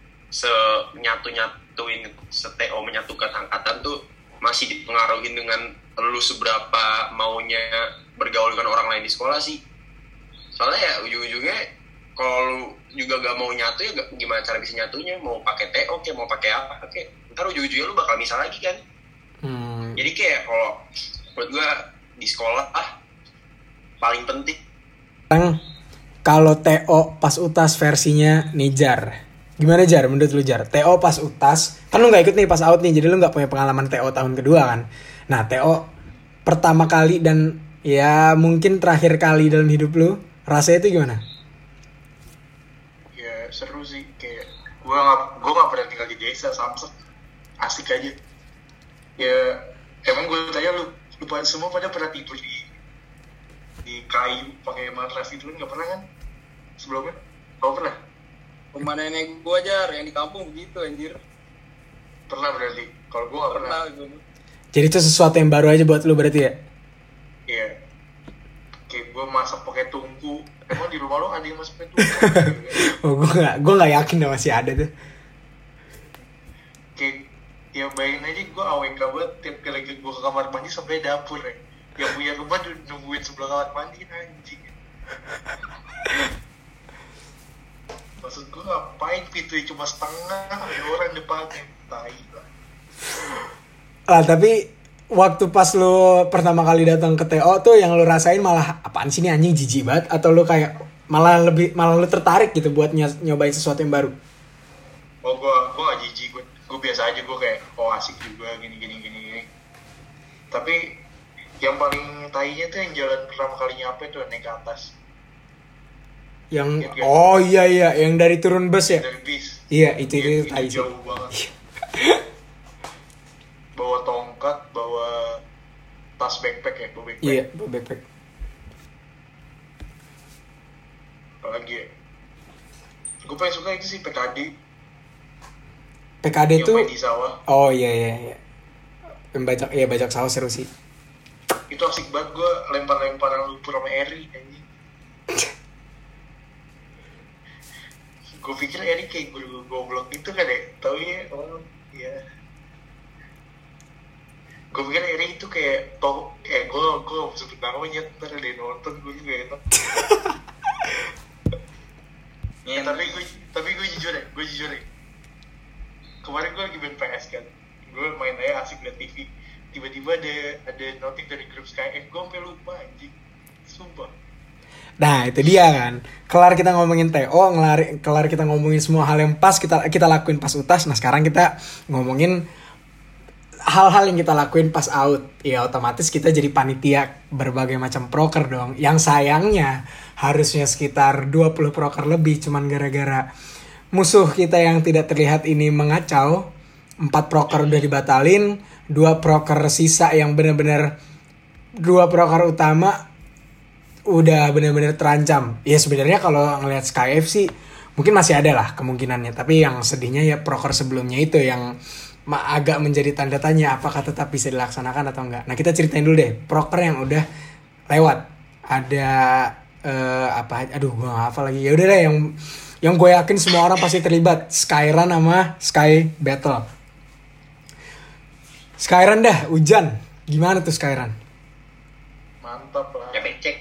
Speaker 4: nyatuin TO menyatukan angkatan tuh masih dipengaruhi dengan lu seberapa maunya bergaul dengan orang lain di sekolah sih. Soalnya ya ujung-ujungnya kalau lu juga gak mau nyatu ya gimana cara bisa nyatunya, mau pakai TO kayak mau pakai apa kayak ntar ujung-ujungnya lu bakal misal lagi kan. Jadi kayak kalau menurut gue di sekolah paling penting.
Speaker 1: Kalau TO pas UTAS versinya Nijar, gimana Jar menurut lu Jar? TO pas UTAS kan lu gak ikut nih pas out nih, jadi lu gak punya pengalaman TO tahun kedua kan. Nah TO pertama kali dan ya mungkin terakhir kali dalam hidup lu, rasanya itu gimana?
Speaker 5: Seru sih, kayak gue nggak pernah tinggal di desa, Samsek asik aja ya. Emang gue tanya lu semua pada pernah tidur di kayu pakai matras itu kan? Nggak pernah kan sebelumnya? Kau pernah?
Speaker 3: Rumah nenek gue aja yang di kampung begitu anjir.
Speaker 5: Pernah berarti? Kalau gue nggak pernah.
Speaker 1: Jadi itu sesuatu yang baru aja buat lu berarti ya?
Speaker 5: Iya, kayak gue masak pakai tungku. Emang di rumah lo ada yang masak pakai tungku?
Speaker 1: Oh, gue nggak yakin dah masih ada tuh.
Speaker 5: Kayak ya bayangin aja gue awk banget tiap kali gue ke kamar mandi sampai dapur ya. Yang punya rumah nungguin sebelah kamar mandi kan, anjing. Maksud gue ngapain pintunya cuma setengah, ada orang depannya, tai lah.
Speaker 1: Tapi waktu pas lu pertama kali datang ke TO tuh yang lu rasain malah apaan sih ini anjing jijik banget, atau lu kayak malah lu tertarik gitu buat nyobain sesuatu yang baru?
Speaker 5: Oh gue gak jijik, gue biasa aja, gue kayak asik juga gini. Tapi yang paling tainya tuh yang jalan pertama kali nyampe tuh naik ke atas.
Speaker 1: Yang iya yang dari turun bus ya?
Speaker 5: Dari bis.
Speaker 1: Iya itu tai sih.
Speaker 5: Jauh banget. Bawa tongkat, bawa tas backpack ya, bawa backpack.
Speaker 1: Iya, bawa backpack.
Speaker 5: Apalagi ya? Gue paling suka itu sih PKD.
Speaker 1: PKD
Speaker 5: yang
Speaker 1: tuh
Speaker 5: main di sawah.
Speaker 1: Oh iya. Bajak sawah seru sih.
Speaker 5: Itu asik banget, gue lempar-lemparan lumpur sama Eri anjing. Gue pikir Eri kayak guru goblok gitu kan ya, taunya iya. Gue pikir Eri itu kayak gue sebut namanya ntar ada yang nonton, gue juga enak. Tapi gue jujur deh. Kemarin gue lagi main PS kan, gue main aja asik liat TV. Tiba-tiba ada notif dari grup SkyF, gue sampai lupa anjing, sumpah.
Speaker 1: Nah itu dia kan, kelar kita ngomongin TO, kelar kita ngomongin semua hal yang pas kita lakuin pas UTAS. Nah sekarang kita ngomongin hal-hal yang kita lakuin pas out. Ya otomatis kita jadi panitia berbagai macam proker dong. Yang sayangnya harusnya sekitar 20 proker lebih, cuman gara-gara musuh kita yang tidak terlihat ini mengacau, 4 proker udah dibatalin, 2 proker sisa yang benar-benar 2 proker utama udah benar-benar terancam. Ya sebenarnya kalau ngelihat SkyF sih mungkin masih ada lah kemungkinannya, tapi yang sedihnya ya proker sebelumnya itu yang agak menjadi tanda tanya apakah tetap bisa dilaksanakan atau enggak. Nah kita ceritain dulu deh proker yang udah lewat. ada apa? Aduh, gue nggak hafal lagi. Ya udah deh, yang gue yakin semua orang pasti terlibat, Skyran sama Sky Battle. Skyran dah, hujan. Gimana tuh Skyran?
Speaker 5: Mantap lah.
Speaker 3: Ya becek.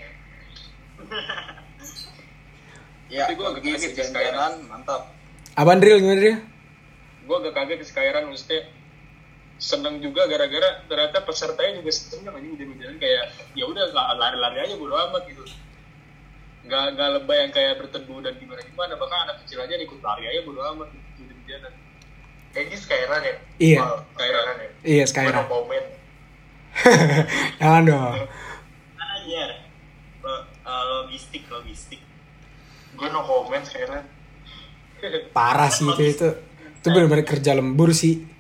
Speaker 6: Ya,
Speaker 3: Tapi gue agak kaget sih Skyran,
Speaker 6: mantap.
Speaker 1: Apaan Dril, gimana Dril?
Speaker 2: Gue agak kaget di Skyran, maksudnya seneng juga gara-gara ternyata pesertanya juga seneng aja hujan-hujanan, kayak ya udah lari-lari aja bodo amat gitu. Nggak lebay yang kayak berteduh dan gimana, bahkan anak kecil aja ikut lari aja bodo amat hujan-hujanan.
Speaker 5: Kayaknya Skyran ya?
Speaker 1: Iya.
Speaker 5: Wow, Skyran ya?
Speaker 1: Iya,
Speaker 5: Gue
Speaker 1: Skyran.
Speaker 5: no komen.
Speaker 1: Jangan dong.
Speaker 3: Anjir. Logistik.
Speaker 5: Gue no komen Skyran.
Speaker 1: Parah sih itu benar-benar kerja lembur sih.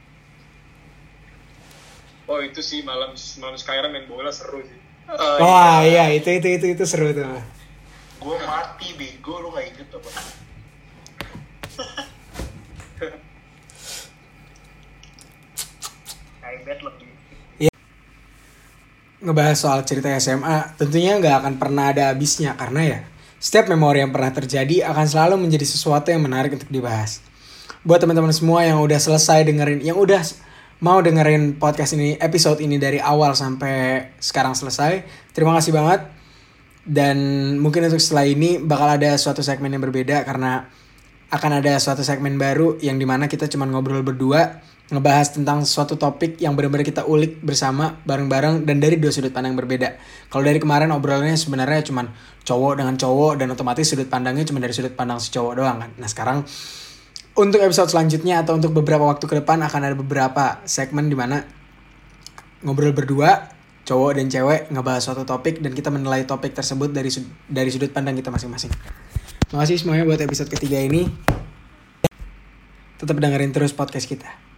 Speaker 2: Oh itu sih malam Skyran main bola seru sih.
Speaker 1: Wah iya itu seru tuh.
Speaker 5: Gue mati bego, lu gak inget apa?
Speaker 3: Kaibet lebih.
Speaker 1: Ngebahas soal cerita SMA tentunya nggak akan pernah ada habisnya, karena ya setiap memori yang pernah terjadi akan selalu menjadi sesuatu yang menarik untuk dibahas. Buat teman-teman semua yang udah selesai dengerin, yang udah mau dengerin podcast ini, episode ini dari awal sampai sekarang selesai, terima kasih banget. Dan mungkin untuk setelah ini bakal ada suatu segmen yang berbeda, karena akan ada suatu segmen baru yang dimana kita cuma ngobrol berdua, ngebahas tentang suatu topik yang benar-benar kita ulik bersama bareng-bareng dan dari dua sudut pandang berbeda. Kalau dari kemarin obrolannya sebenarnya cuma cowok dengan cowok dan otomatis sudut pandangnya cuma dari sudut pandang si cowok doang kan. Nah sekarang untuk episode selanjutnya atau untuk beberapa waktu ke depan akan ada beberapa segmen di mana ngobrol berdua, cowok dan cewek ngebahas suatu topik dan kita menilai topik tersebut dari sudut pandang kita masing-masing. Makasih semuanya buat episode ketiga ini. Tetap dengerin terus podcast kita.